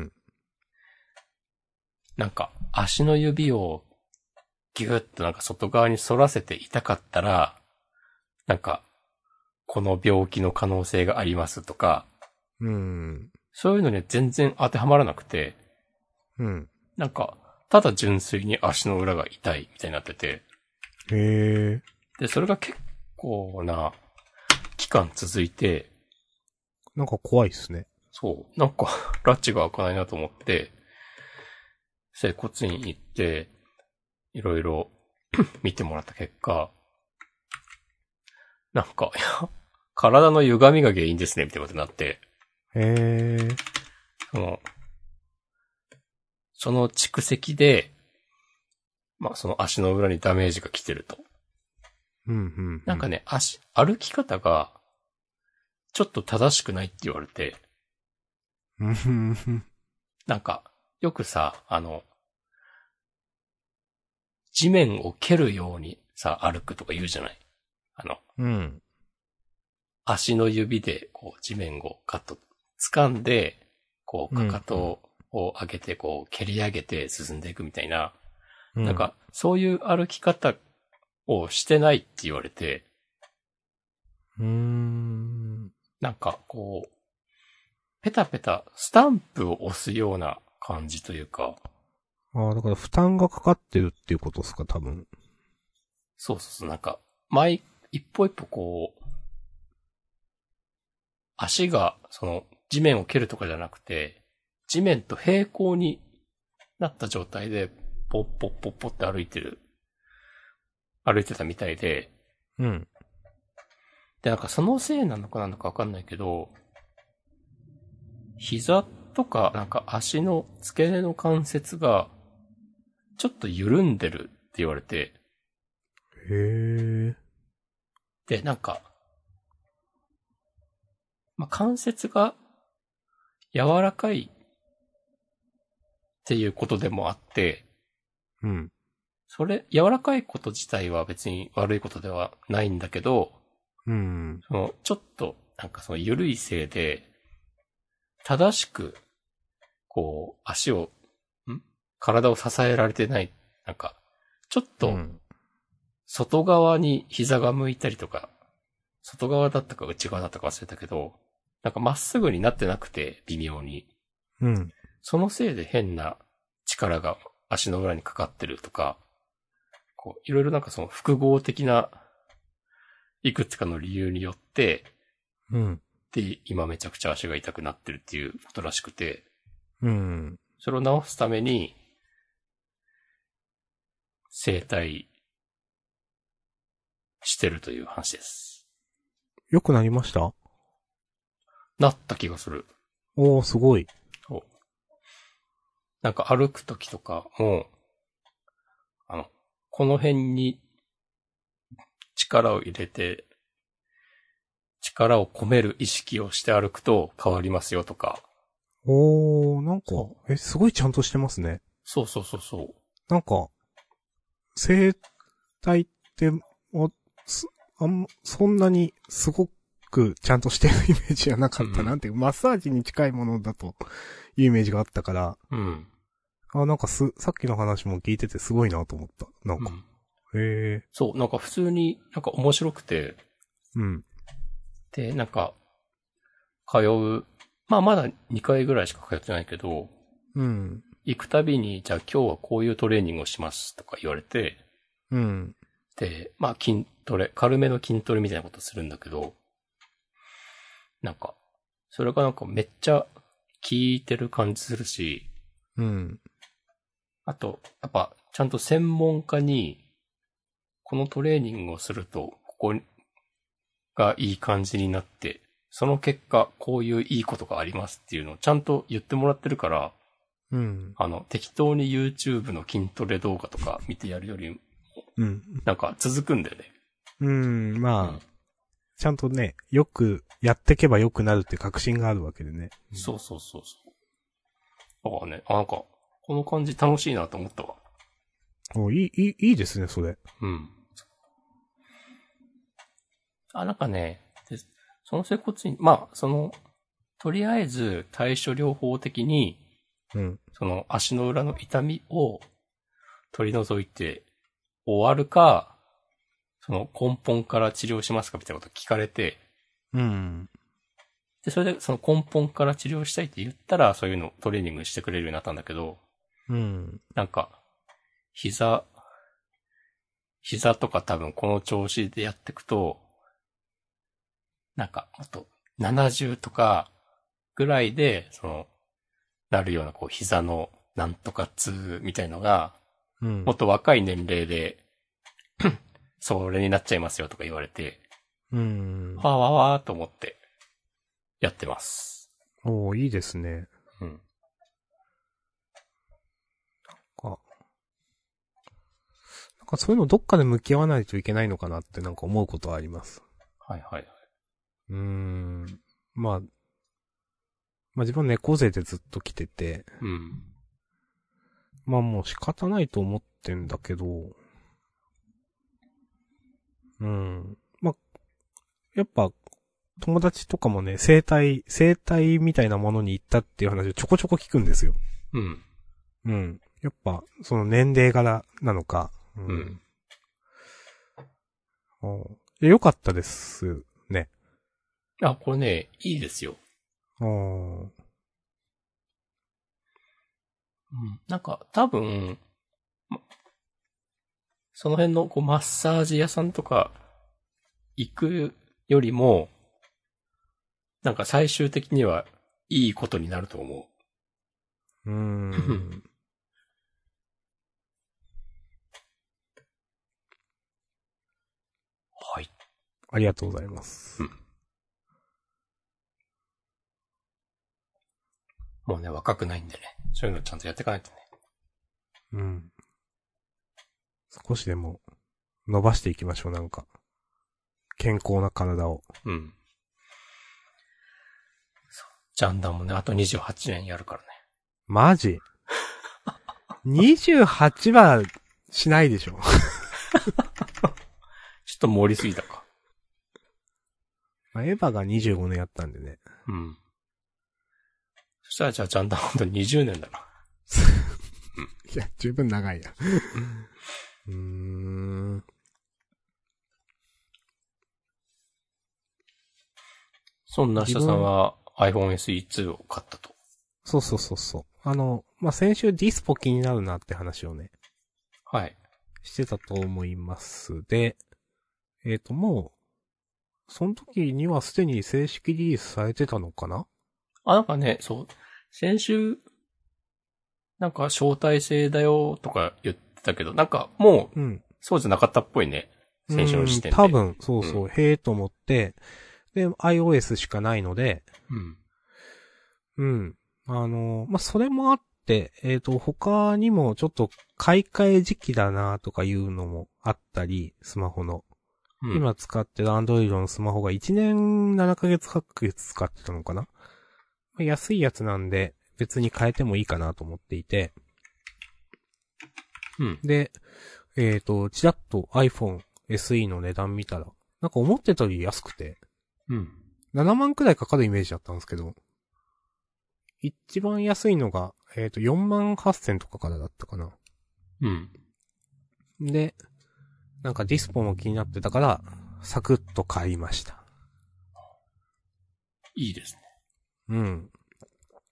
なんか足の指をギュッとなんか外側に反らせて痛かったら、なんか、この病気の可能性がありますとか、 うん。 そういうのに全然当てはまらなくて、 うん。 なんか、ただ純粋に足の裏が痛いみたいになってて、 へえ。 で、それが結構な期間続いて、 なんか怖いっすね。 そう、なんか、拉致が開かないなと思って、整骨院行って、いろいろ見てもらった結果、なんか、いや、体の歪みが原因ですね、みたいなことになって、 へえ。 その、その蓄積で、まあその足の裏にダメージが来てると。 うん、うん。 なんかね、足、歩き方が、ちょっと正しくないって言われて、 うん。 なんか、よくさ、あの、地面を蹴るようにさ、歩くとか言うじゃない？あの、 うん。 足の指で、こう、地面をガッと掴んで、こう、かかとを上げて、こう、蹴り上げて進んでいくみたいな、 うん、 なんか、そういう歩き方をしてないって言われて、 うーん。 なんか、こう、ペタペタ、スタンプを押すような感じというか、 ああ、だから負担がかかってるっていうことですか、多分。 そうそうそう、なんか、前、一歩一歩こう、足が、その、地面を蹴るとかじゃなくて、地面と平行になった状態で、ポッポッポッポって歩いてる、歩いてたみたいで、 うん。 で、なんかそのせいなのかなのかわかんないけど、膝とか、なんか足の付け根の関節が、ちょっと緩んでるって言われて、 へえ。 で、なんか、まあ、関節が柔らかいっていうことでもあって、 うん。 それ、柔らかいこと自体は別に悪いことではないんだけど、 うん。 その、ちょっと、なんかその緩いせいで、正しく、こう、足を、ん体を支えられてない。なんか、ちょっと、 うん。 外側に膝が向いたりとか、外側だったか内側だったか忘れたけど、なんかまっすぐになってなくて、微妙に。 うん。 そのせいで変な力が足の裏にかかってるとか、こう、いろいろなんかその複合的ないくつかの理由によって、 うん。 で、今めちゃくちゃ足が痛くなってるっていうことらしくて、 うん。 それを治すために、整体してるという話です。 良くなりました？ なった気がする。 おー、すごい。 そう。なんか歩くときとかも、あの、この辺に力を入れて、力を込める意識をして歩くと変わりますよとか。 おー、なんかそ、 え、すごいちゃんとしてますね。 そうそうそうそう。 なんか、生体って、おすあん、そんなにすごくちゃんとしてるイメージはなかった。 うんなんていう、マッサージに近いものだというイメージがあったから、 うん。 あ、なんかす、さっきの話も聞いててすごいなと思った。なんか。 うん。 へえ。 そう、なんか普通になんか面白くて、 うん。 で、なんか、通う、 まあまだにかいぐらいしか通ってないけど、 うん。 行くたびに、じゃあ今日はこういうトレーニングをしますとか言われて、 うん。 で、まあ筋トレ、軽めの筋トレみたいなことするんだけど、なんか、それがなんかめっちゃ効いてる感じするし、 うん。 あと、やっぱちゃんと専門家に、このトレーニングをすると、ここがいい感じになって、その結果、こういういいことがありますっていうのをちゃんと言ってもらってるから、 うん。 あの、適当に YouTube の筋トレ動画とか見てやるより、 うん。 なんか続くんだよね。 うん。まあ、 うん、 ちゃんとね、よく、やってけばよくなるって確信があるわけでね。 そうそうそうそう。だからね、あ、なんか、この感じ楽しいなと思ったわ。 お、いい、いい、いいですね、それ。 うん。あ、なんかね、でその接骨院、まあ、その、とりあえず対処療法的に、 うん。 その足の裏の痛みを取り除いて終わるか、その根本から治療しますかみたいなこと聞かれて、 うん。 で、それでその根本から治療したいって言ったら、そういうのトレーニングしてくれるようになったんだけど、 うん。 なんか、膝、膝とか多分この調子でやっていくと、なんか、あと、ななじゅうとかぐらいで、その、なるようなこう膝のなんとか痛みたいのが、 うん。 もっと若い年齢で、それになっちゃいますよとか言われて、 うん。 わーわーわーと思ってやってます。 おー、いいですね。 うん。 か、なんかそういうのどっかで向き合わないといけないのかなってなんか思うことはあります。 はいはいはい。 うーん。まあ、まあ自分は猫背でずっと来てて、 うん。 まあもう仕方ないと思ってんだけど、うん。まあ、やっぱ、友達とかもね、整体、整体みたいなものに行ったっていう話をちょこちょこ聞くんですよ。 うん。 うん。やっぱ、その年齢柄なのか。ううん。 ん。よかったですね。 あ、これね、いいですよ。 うん。 うん。なんか、多分、まその辺のこうマッサージ屋さんとか行くよりも、なんか最終的にはいいことになると思うーう。 ん。 はい。 ありがとうございます。 うん。もうね、若くないんでね。そういうのちゃんとやっていかないとね。 うん。少しでも伸ばしていきましょう、なんか。健康な体を。 うん。そう。ジャンダンもね、あとにじゅうはちねんやるからね。 マジ ?にじゅうはち はしないでしょ。 ちょっと盛りすぎたか。 まあ、エヴァがにじゅうごねんやったんでね。 うん。そしたらじゃあジャンダンほんとにじゅうねんだな。 いや、十分長いや。うーん。 そんな下さんは iPhone エスイーツー を買ったと。 そうそうそうそう。あの、まあ、先週ディスポ気になるなって話をね、 はい。 してたと思います。で、えっ、と、もう、その時にはすでに正式リリースされてたのかな。 あ、なんかね、そう。先週、なんか招待制だよとか言ってたけど、なんかもう、 うん。 そうじゃなかったっぽいね。 う先週の時ーん、 点で。 多分、そうそう、 うんへえと思って、で、iOS しかないので、 うん。 うん。あの、まあ、それもあって、えっ、と、他にもちょっと買い替え時期だなとかいうのもあったり、スマホの。 うん。 今使ってる Android のスマホがいちねんななかげつはちかげつ使ってたのかな、まあ、安いやつなんで、別に変えてもいいかなと思っていて。 うん。 で、えっ、と、ちらっと iPhone エスイー の値段見たら、なんか思ってたより安くて、 うん。 ななまんくらいかかるイメージだったんですけど、一番安いのが、えっ、と、よんまんはっせんとかからだったかな。 うん。 で、なんかディスポも気になってたから、サクッと買いました。 いいですね。 うん。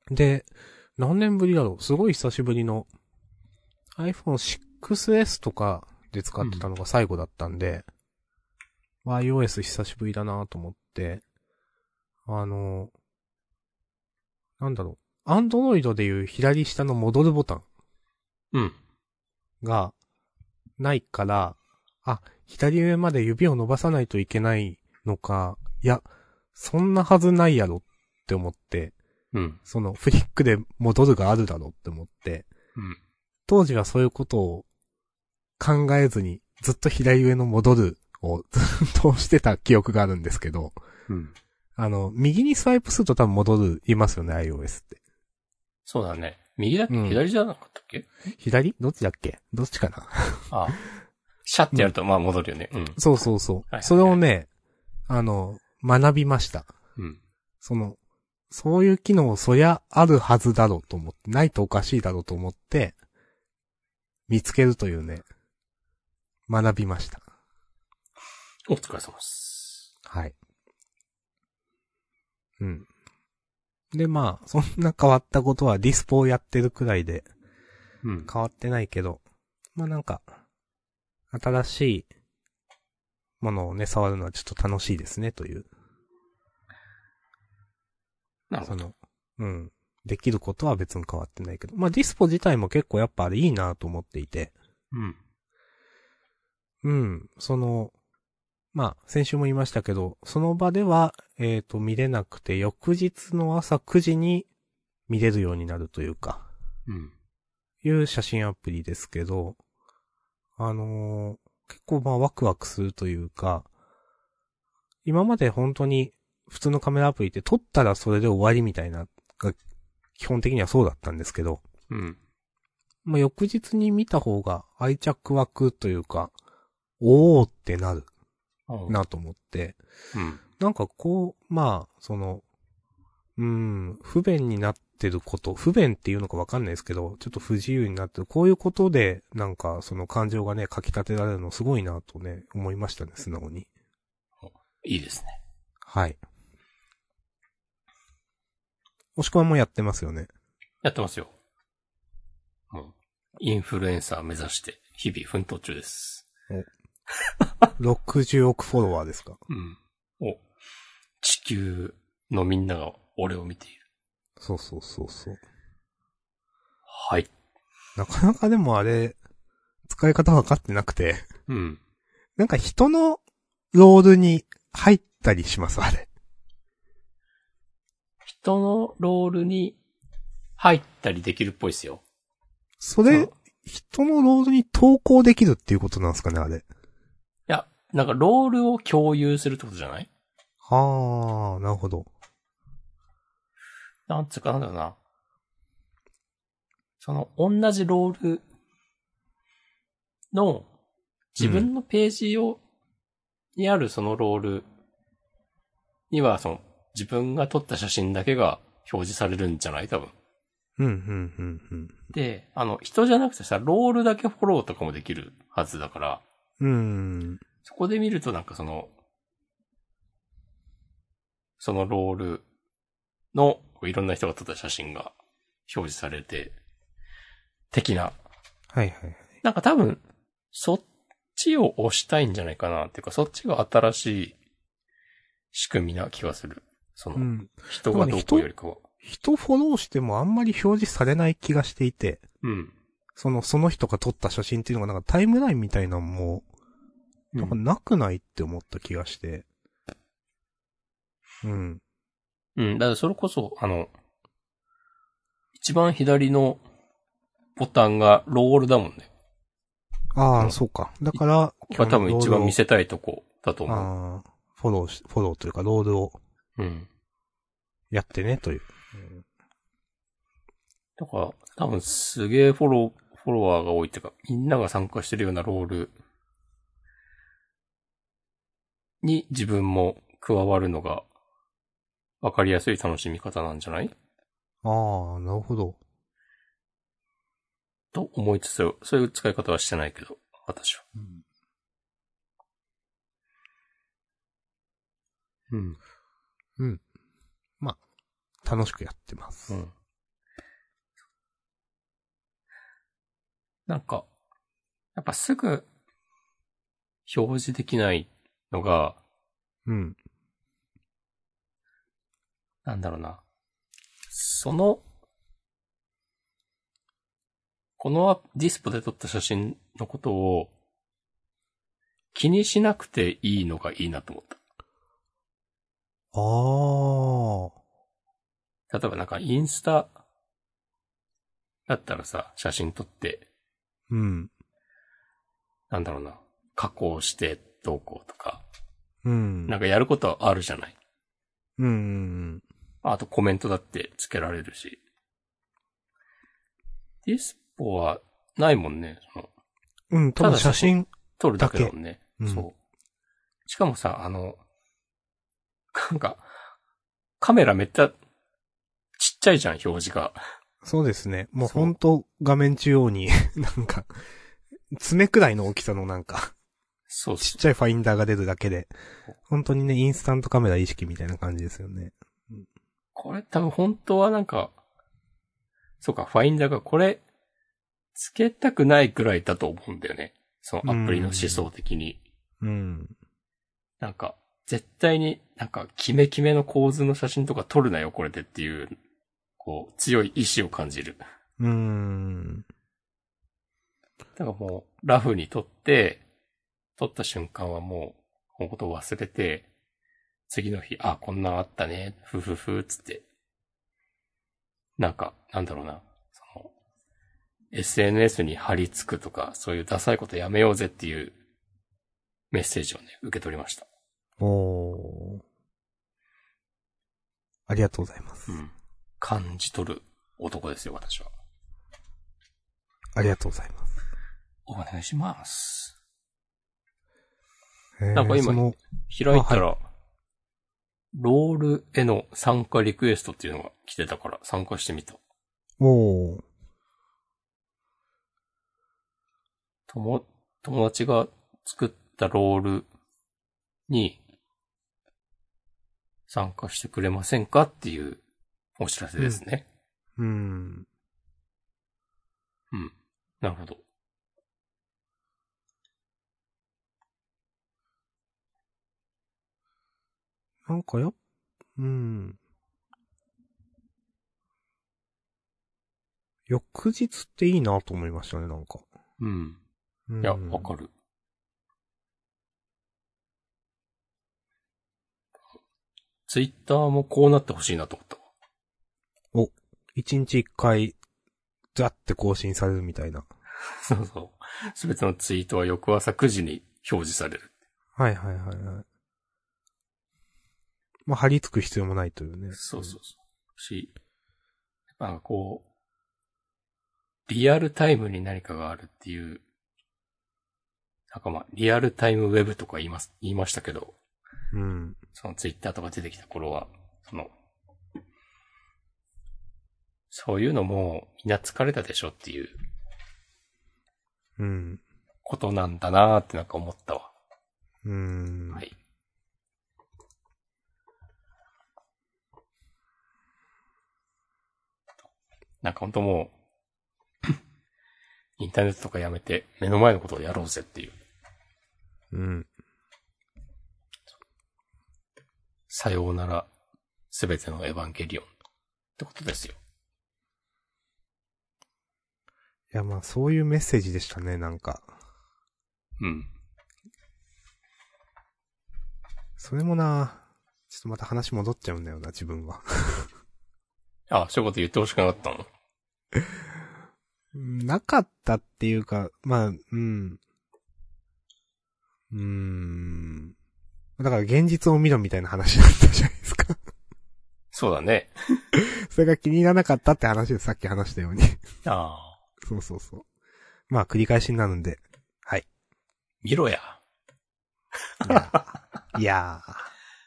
で、何年ぶりだろうすごい久しぶりの アイフォンシックスエス とかで使ってたのが最後だったんで、うん、iOS 久しぶりだなと思って、あの、なんだろう、Android でいう左下の戻るボタン。 うん。 が、ないから、あ、左上まで指を伸ばさないといけないのか、いや、そんなはずないやろって思って、 うん。 そのフリックで戻るがあるだろうって思って、 うん。 当時はそういうことを考えずに、ずっと左上の戻るをずっとしてた記憶があるんですけど、 うん。 あの、右にスワイプすると多分戻る、いますよね、iOS って。 そうだね。右だっけ、うん、左じゃなかったっけ左どっちだっけどっちかなああ。シャッてやると、まあ戻るよね。うん。 そうそうそう。 はいはいはい、 それをね、あの、学びました。 うん。 その、そういう機能そりゃあるはずだろうと思って、ないとおかしいだろうと思って、見つけるというね、学びました。 お疲れ様です。 はい。うん。で、まあ、そんな変わったことはディスポをやってるくらいで、 うん。 変わってないけど、まあなんか、新しいものをね、触るのはちょっと楽しいですね、という。 なるほど。 その、うん。できることは別に変わってないけど。まあディスポ自体も結構やっぱあれいいなと思っていて。 うん。 うん。その、まあ先週も言いましたけど、その場では、えっと、見れなくて、翌日の朝くじに見れるようになるというか。 うん。 いう写真アプリですけど、あのー、結構まあワクワクするというか、今まで本当に普通のカメラアプリって撮ったらそれで終わりみたいな、が基本的にはそうだったんですけど、 うん。 まあ翌日に見た方が愛着湧くというか、おーってなるなと思って、 うん。 なんかこう、まあ、その、うーん、不便になってること、不便っていうのかわかんないですけど、ちょっと不自由になってる、こういうことで、なんかその感情がね、書き立てられるのすごいなとね、思いましたね、素直に。 いいですね。 はい。もしくはもうやってますよね。 やってますよ。もう、インフルエンサー目指して、日々奮闘中です。 おろくじゅうおくフォロワーですか。 うん。お、地球のみんなが俺を見ている。 そうそうそうそう。 はい。 なかなかでもあれ、使い方分かってなくて。 うん。 なんか人のロールに入ったりします、あれ。 人のロールに入ったりできるっぽいですよ。 それ、人のロールに投稿できるっていうことなんですかね、あれ。 いや、なんかロールを共有するってことじゃない？ はあ、なるほど。 なんつうかなんだろうな。その、同じロールの、自分のページを、うん、にあるそのロールには、その、自分が撮った写真だけが表示されるんじゃない？多分。 うん、うん、うん、うん。 で、あの、人じゃなくてさ、ロールだけフォローとかもできるはずだから。 うん。 そこで見るとなんかその、そのロールのいろんな人が撮った写真が表示されて、的な。 はいはいはい。 なんか多分、そっちを押したいんじゃないかなっていうか、そっちが新しい仕組みな気がする。その、うん、人がどうこうよりかは。 人フォローしてもあんまり表示されない気がしていて。 うん。 その、その人が撮った写真っていうのがなんかタイムラインみたいなのも、なんかなくないって思った気がして。うん。 うん。だからそれこそ、あの、一番左のボタンがロールだもんね。 ああ、うん、そうか。だから、 が多分一番見せたいとこだと思う。 ああ、フォローし、フォローというかロールを。 うん。 やってね、という。 うん、だから、多分すげえフォロー、フォロワーが多いっていうか、みんなが参加してるようなロールに自分も加わるのがわかりやすい楽しみ方なんじゃない？ ああ、なるほど。 と思いつつ、そういう使い方はしてないけど、私は。うん。 うん。まあ、楽しくやってます。 うん。 なんか、やっぱすぐ表示できないのが、 うん。 なんだろうな。その、このディスプで撮った写真のことを気にしなくていいのがいいなと思った。 あ例えばなんかインスタだったらさ、写真撮って、 ー。うん。 なんだろうな、加工してどうこうとか、 うん。 なんかやることはあるじゃない。 うん。 あとコメントだってつけられるし。ディスポはないもんね。そのうん、ただ写真撮るだけだもんね。 うん、 そう。しかもさ、あの、なんか、カメラめっちゃちっちゃいじゃん、表示が。 そうですね。もうほんと画面中央に、なんか、爪くらいの大きさのなんか、 そうそう。 ちっちゃいファインダーが出るだけで、本当にね、インスタントカメラ意識みたいな感じですよね。 うん、これ多分本当はなんか、そうか、ファインダーがこれ、つけたくないくらいだと思うんだよね。そのアプリの思想的に。 うん。うんなんか、絶対になんか、キメキメの構図の写真とか撮るなよ、これでっていう、こう、強い意志を感じる。 うーん。 だからもう、ラフに撮って、撮った瞬間はもう、このことを忘れて、次の日、あ、こんなんあったね、ふふふ、つって。なんか、なんだろうな、その、エスエヌエス に貼り付くとか、そういうダサいことやめようぜっていうメッセージをね、受け取りました。 おー。ありがとうございます。 うん。感じ取る男ですよ、私は。 ありがとうございます。 お願いします。 えー、 なんか今、開いたら、 はい、 ロールへの参加リクエストっていうのが来てたから参加してみた。 おー。 とも、友達が作ったロールに参加してくれませんかっていうお知らせですね。 うん。うん。 うん。なるほど。 なんかや、うん。翌日っていいなと思いましたね、なんか。 うん。 うん、 いや、わかる。ツイッターもこうなってほしいなと思った。 お、一日一回、ザって更新されるみたいな。 そうそう。すべてのツイートは翌朝くじに表示される。 はいはいはいはい。まあ、貼り付く必要もないというね。 そうそうそう。し、なんかこう、リアルタイムに何かがあるっていう、なんかまあ、リアルタイムウェブとか言います、言いましたけど、 うん。 そのツイッターとか出てきた頃は、その、そういうのもみんな疲れたでしょっていう、 うん。 ことなんだなーってなんか思ったわ。 うん。 はい。なんかほんともう、インターネットとかやめて目の前のことをやろうぜっていう。 うん。 さようなら、すべてのエヴァンゲリオンってことですよ。 いやまあ、そういうメッセージでしたね、なんか。 うん。 それもな、ちょっとまた話戻っちゃうんだよな、自分は。 あ、そういうこと言ってほしくなかったの？ なかったっていうか、まあ、うん。うーん。だから現実を見ろみたいな話だったじゃないですか。 そうだね。 それが気に入らなかったって話でさっき話したように。 ああ。 そうそうそう。まあ繰り返しになるんで。はい。 見ろや。 いやー。いやー。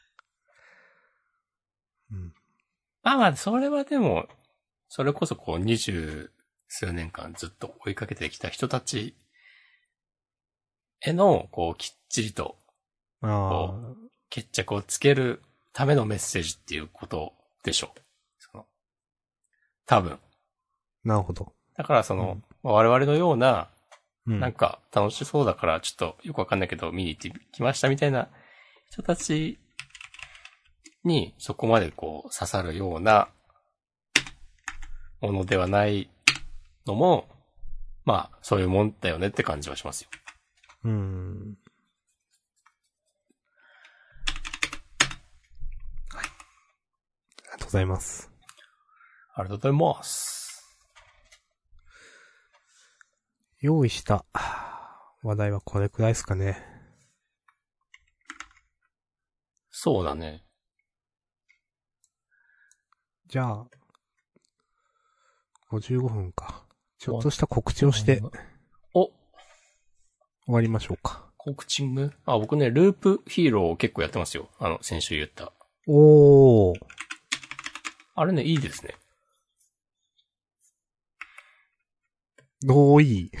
うん。 まあまあ、それはでも、それこそこう二十数年間ずっと追いかけてきた人たちへの、こう、きっちりと、こう、決着をつけるためのメッセージっていうことでしょう。その、多分。 なるほど。 だからその、うん、我々のような、 うん。 なんか楽しそうだからちょっとよくわかんないけど見に行ってきましたみたいな人たちにそこまでこう刺さるようなものではないのも、まあそういうもんだよねって感じはしますよ。 うーん。はい。ありがとうございます。 ありがとうございます。 用意した話題はこれくらいですかね。 そうだね。 じゃあ、ごじゅうごふんか。ちょっとした告知をして、 お終わりましょうか。 コーチングあ、僕ね、ループヒーローを結構やってますよ。あの、先週言った。 おー。 あれね、いいですね。 どういい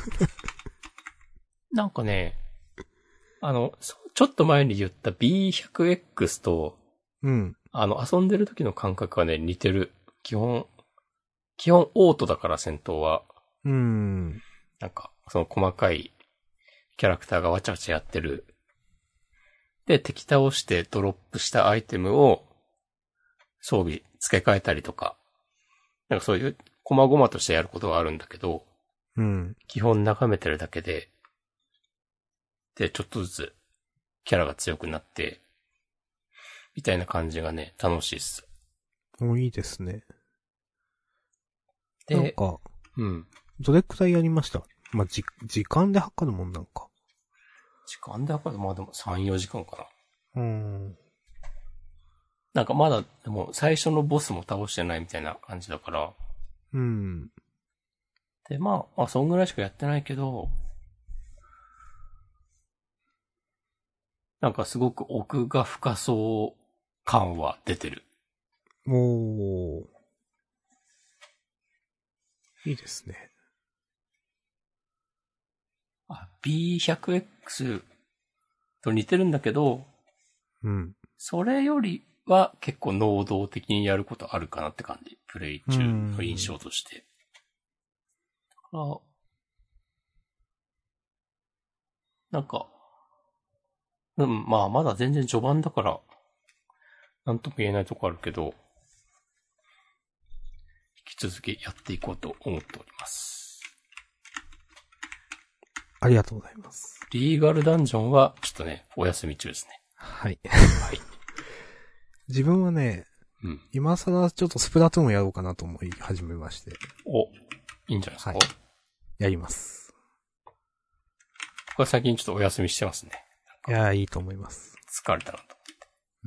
なんかね、あの、ちょっと前に言った ビーひゃくエックス と、 うん。 あの、遊んでる時の感覚がね、似てる。基本、基本オートだから戦闘は。 うーん。 なんか、その細かいキャラクターがわちゃわちゃやってる。で、敵倒してドロップしたアイテムを装備付け替えたりとか。なんかそういう、細々としてやることはあるんだけど、 うん。 基本眺めてるだけで、で、ちょっとずつキャラが強くなって、みたいな感じがね、楽しいっす。 お、いいですね。 で、 なんか、 うん。 どれくらいやりました？まあ、じ、時間で測るもんなんか。 時間で測るとまあでもさん、よじかんかな。 うーん。 なんかまだ、でも最初のボスも倒してないみたいな感じだから。 うん。 で、まあ、まあ、そんぐらいしかやってないけど、なんかすごく奥が深そう感は出てる。 おー。いいですね。 あ、ビーひゃくエックス と似てるんだけど、 うん。 それよりは結構能動的にやることあるかなって感じ。プレイ中の印象として。だからなんか、うん、まあまだ全然序盤だから、なんとも言えないとこあるけど、引き続きやっていこうと思っております。 ありがとうございます。 リーガルダンジョンはちょっとね、お休み中ですね。 はい。 はい。 自分はね、うん、今更ちょっとスプラトゥーンをやろうかなと思い始めまして。 お、いいんじゃないですか。はい、 やります。 僕は最近ちょっとお休みしてますね。 いやー、いいと思います。 疲れたなと思って。 うん。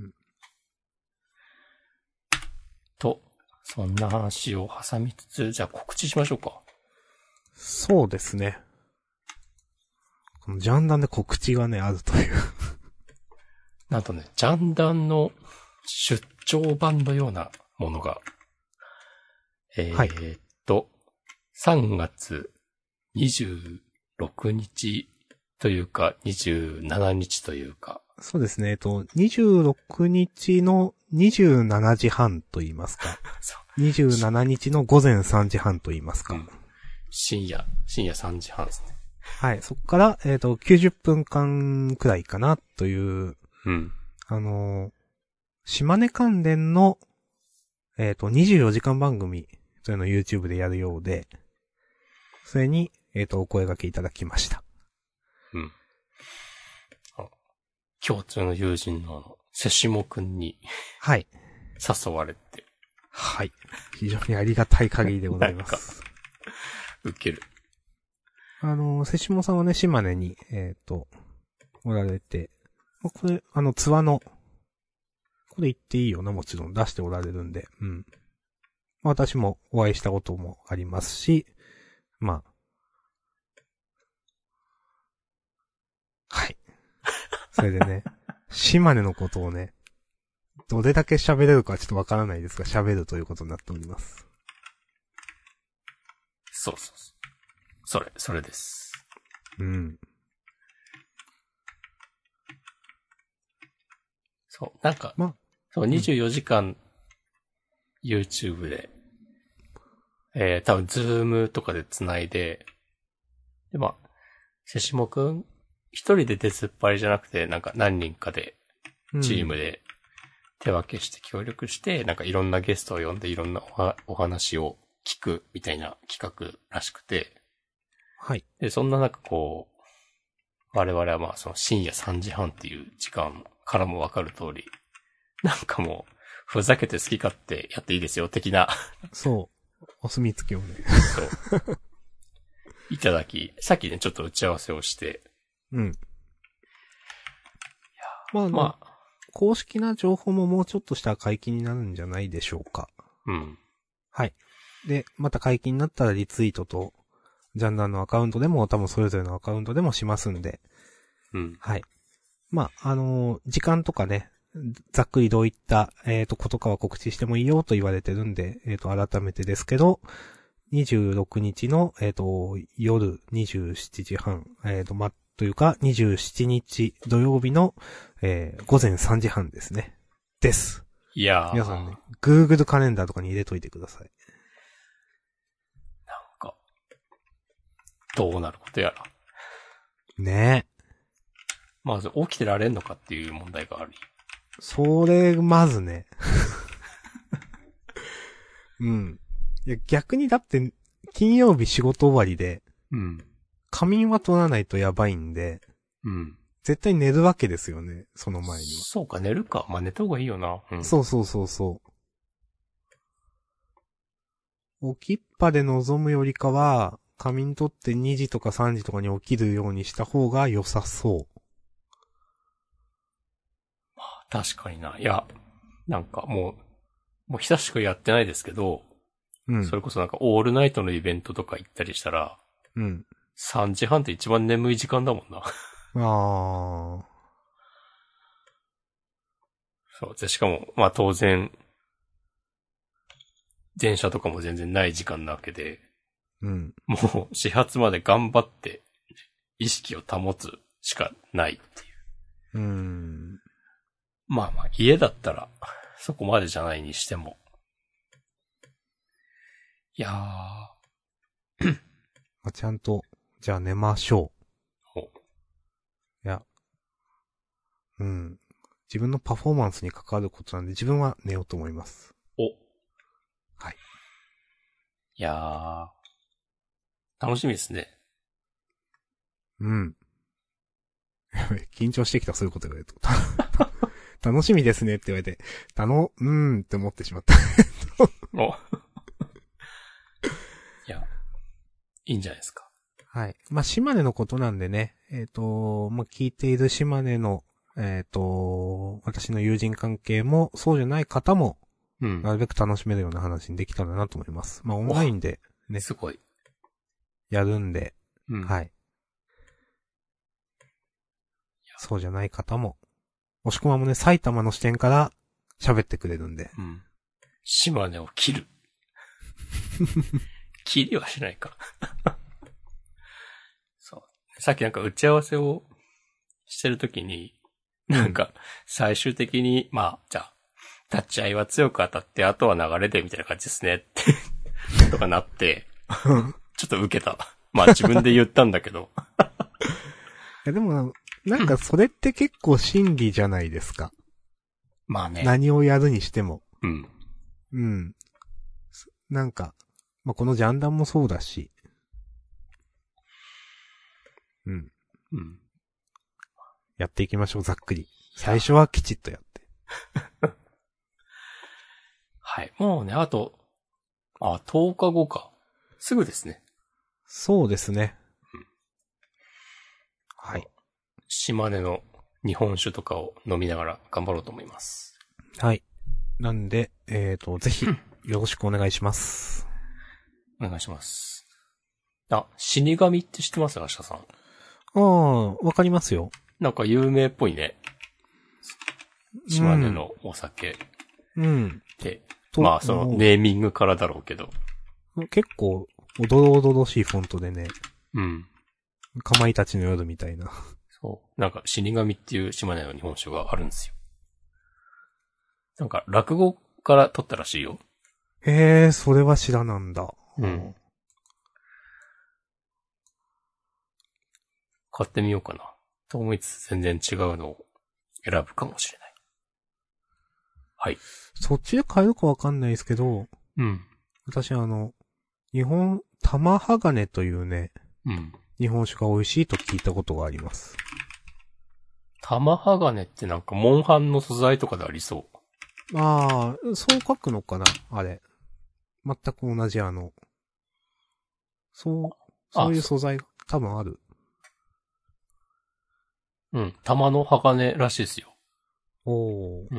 と、そんな話を挟みつつ、じゃあ告知しましょうか。 そうですね。このジャンダンで告知がね、あるという。 なんとね、ジャンダンの出張版のようなものが、えー、っと、はい、さんがつにじゅうろくにちというか、にじゅうしちにちというか。 そうですね、えっと、にじゅうろくにちのにじゅうしちじはんと言いますか。にじゅうしちにちの午前さんじはんと言いますか。うん、 深夜、深夜さんじはんですね。 はい、そこから、えっと、きゅうじゅっぷんかんくらいかな、という、 うん、 あのー、島根関連の、えっと、にじゅうよじかん番組というのを YouTube でやるようで、それに、えっと、お声掛けいただきました。 うん。共通の友人のセシモくんに、はい。誘われて。 はい。非常にありがたい限りでございます。 受ける。 あの、セシモさんはね、島根に、えっと、おられて、これ、あの、ツワの、これ言っていいよな、もちろん出しておられるんで、うん。私もお会いしたこともありますし、まあ、はい。それでね、島根のことをね、どれだけ喋れるかちょっとわからないですが、喋るということになっております。 そうそうそう。それ、それです。 うん。 そう、なんか、ま、そう、にじゅうよじかん、YouTube で、えー、多分、ズームとかで繋いで、で、まあ、 瀬下くん、一人で出ずっぱりじゃなくて、なんか何人かで、チームで手分けして協力して、うん、なんかいろんなゲストを呼んでいろんなおはお話を聞くみたいな企画らしくて。 はい。 で、そんな中こう、我々はまあその深夜さんじはんっていう時間からもわかる通り、なんかもう、ふざけて好き勝手やっていいですよ、的な。 そう。お墨付きをね。 そう。いただき、さっきね、ちょっと打ち合わせをして。 うん。いやまあ、 まあ、 公式な情報ももうちょっとしたら解禁になるんじゃないでしょうか。 うん。 はい。で、また解禁になったらリツイートと、ジャンダンのアカウントでも多分それぞれのアカウントでもしますんで。 うん。 はい。まあ、あのー、時間とかね、ざっくりどういった、えっと、ことかは告知してもいいよと言われてるんで、えっと、改めてですけど、にじゅうろくにちの、えっと、夜にじゅうしちじはん、えっと、ま、というか、にじゅうしちにち土曜日の、えー、午前さんじはんですね。です。 いやー。 皆さんね、Google カレンダーとかに入れといてください。 なんか、どうなることやら。 ねえ。 まず起きてられんのかっていう問題があり。 それ、まずね。うん。いや、逆にだって、金曜日仕事終わりで、 うん。 仮眠は取らないとやばいんで、 うん。 絶対寝るわけですよね、その前には。 そうか、寝るか。まあ、寝た方がいいよな。うん、 そうそうそうそう。起きっぱで望むよりかは、仮眠取ってにじとかさんじとかに起きるようにした方が良さそう。 まあ、確かにな。いや、なんかもう、もう久しくやってないですけど、うん。それこそなんかオールナイトのイベントとか行ったりしたら、 うん。 さんじはんって一番眠い時間だもんな。 ああ。 そう。で、しかも、まあ当然、電車とかも全然ない時間なわけで、 うん。 もう始発まで頑張って意識を保つしかないっていう。 うーん。 まあまあ、家だったら、そこまでじゃないにしても。いやー。 まあ、ちゃんと、じゃあ寝ましょう。 お。いや。うん。自分のパフォーマンスに関わることなんで自分は寝ようと思います。 お。 はい。 いやー。楽しみですね。 うん。緊張してきた、そういうこと言われると。楽しみですねって言われて、たの、うーんって思ってしまった。 お。いや、いいんじゃないですか。 はい。まあ、島根のことなんでね、えっと、まあ、聞いている島根の、えっと、私の友人関係も、そうじゃない方も、 うん。 なるべく楽しめるような話にできたらなと思います。まあ、オンラインで、ね。 すごい。 やるんで、 うん、 はい。そうじゃない方も、もしくはもね、埼玉の視点から喋ってくれるんで。 うん。島根を切る。切りはしないか。そう。さっきなんか打ち合わせをしてるときに、なんか最終的に、まあ、じゃあ、立ち合いは強く当たって、あとは流れでみたいな感じですねって、とかなって、ちょっと受けた。まあ自分で言ったんだけど。 いやでも、なんかそれって結構真理じゃないですか。 まあね。 何をやるにしても。 うん。 うん。なんか、まあこのジャンダンもそうだし。うん。 うん。 やっていきましょう、ざっくり。最初はきちっとやって。 はい。もうね、あと、あ、とおかごか。すぐですね。 そうですね。 うん、 はい。 島根の日本酒とかを飲みながら頑張ろうと思います。 はい。なんで、えっと、ぜひ、よろしくお願いします。 お願いします。あ、死神って知ってますか、明日さん。 ああ、わかりますよ。 なんか有名っぽいね。島根のお酒。 うん。 で、まあそのネーミングからだろうけど。 結構、おどろおどろしいフォントでね。 うん。 かまいたちの夜みたいな。 そう。なんか死神っていう島根の日本酒があるんですよ。なんか落語から取ったらしいよ。 へえ、それは知らなんだ。 うん。 買ってみようかな。と思いつつ全然違うのを選ぶかもしれない。はい。 そっちで買えるかわかんないですけど、 うん。 私あの、日本、玉鋼というね、 うん。 日本酒が美味しいと聞いたことがあります。 玉鋼ってなんかモンハンの素材とかでありそう。 ああ、そう書くのかなあれ。全く同じあの、そう、そういう素材が多分ある。 うん。玉の鋼らしいですよ。 おー。 うん。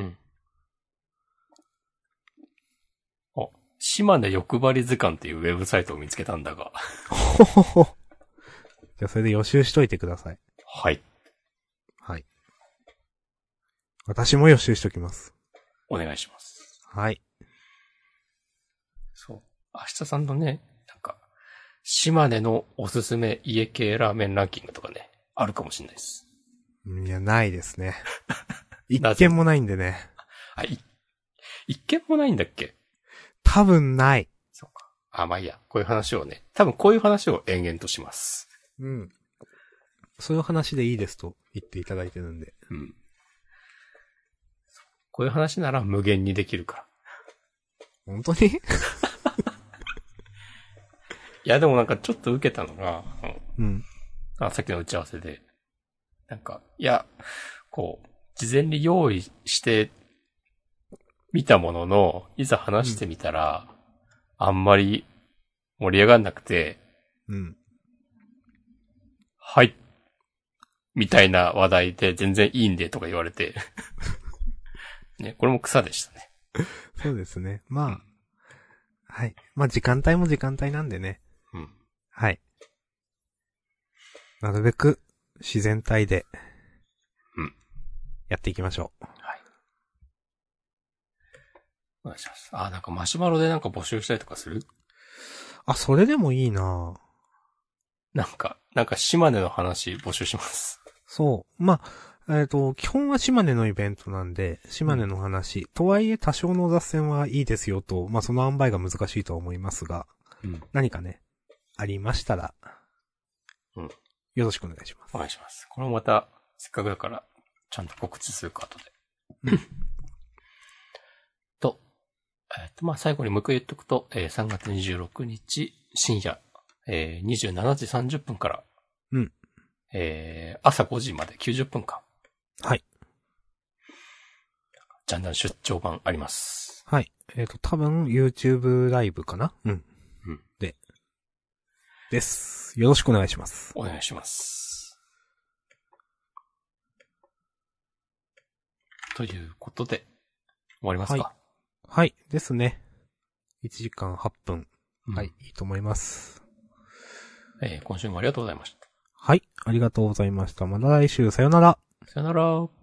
あ、島根欲張り図鑑っていうウェブサイトを見つけたんだが。 ほほほ。じゃあそれで予習しといてください。 はい。 はい。私も予習しときます。 お願いします。 はい。 そう。明日さんのね、なんか、島根のおすすめ家系ラーメンランキングとかね、あるかもしれないです。 いや、ないですね。一件もないんでね。 あ、い、一件もないんだっけ？ 多分ない。 そうか。あ、まあいいや。こういう話をね、多分こういう話を延々とします。 うん。そういう話でいいですと言っていただいてるんで。 うん。こういう話なら無限にできるから。 本当にいや、でもなんかちょっと受けたのが、 うん。 あ、さっきの打ち合わせで、なんか、いや、こう、事前に用意してみたものの、いざ話してみたら、うん、あんまり盛り上がんなくて、 うん。 はい。みたいな話題で全然いいんでとか言われて。ね、これも草でしたね。 そうですね。まあ、うん、はい。まあ時間帯も時間帯なんでね。 うん。 はい。なるべく自然体で、 うん。 やっていきましょう。 はい。お願いします。あ、なんかマシュマロでなんか募集したりとかする？ あ、それでもいいなぁ。 なんか、なんか島根の話募集します。 そう。まあ、えっと、基本は島根のイベントなんで、島根の話。うん、とはいえ多少の脱線はいいですよと、まあその塩梅が難しいとは思いますが、 うん、 何かね、ありましたら、 うん。 よろしくお願いします。 お願いします。これもまた、せっかくだから、ちゃんと告知するか、後で。と、えっと、まあ、最後にもう一回言っとくと、えー、さんがつにじゅうろくにち深夜、えー、にじゅうしちじさんじゅっぷんから、 うん。 えー、朝ごじまできゅうじゅっぷんかん。 はい。 ジャンダン出張版あります。 はい。えっと、多分 YouTube ライブかな？うん。 うん。 で。です。よろしくお願いします。 お願いします。ということで、終わりますか？ はい。はい。ですね。いちじかんはっぷん。 うん、 はい。いいと思います。 えー、今週もありがとうございました。 はい。ありがとうございました。また来週、さよなら。 さよなら。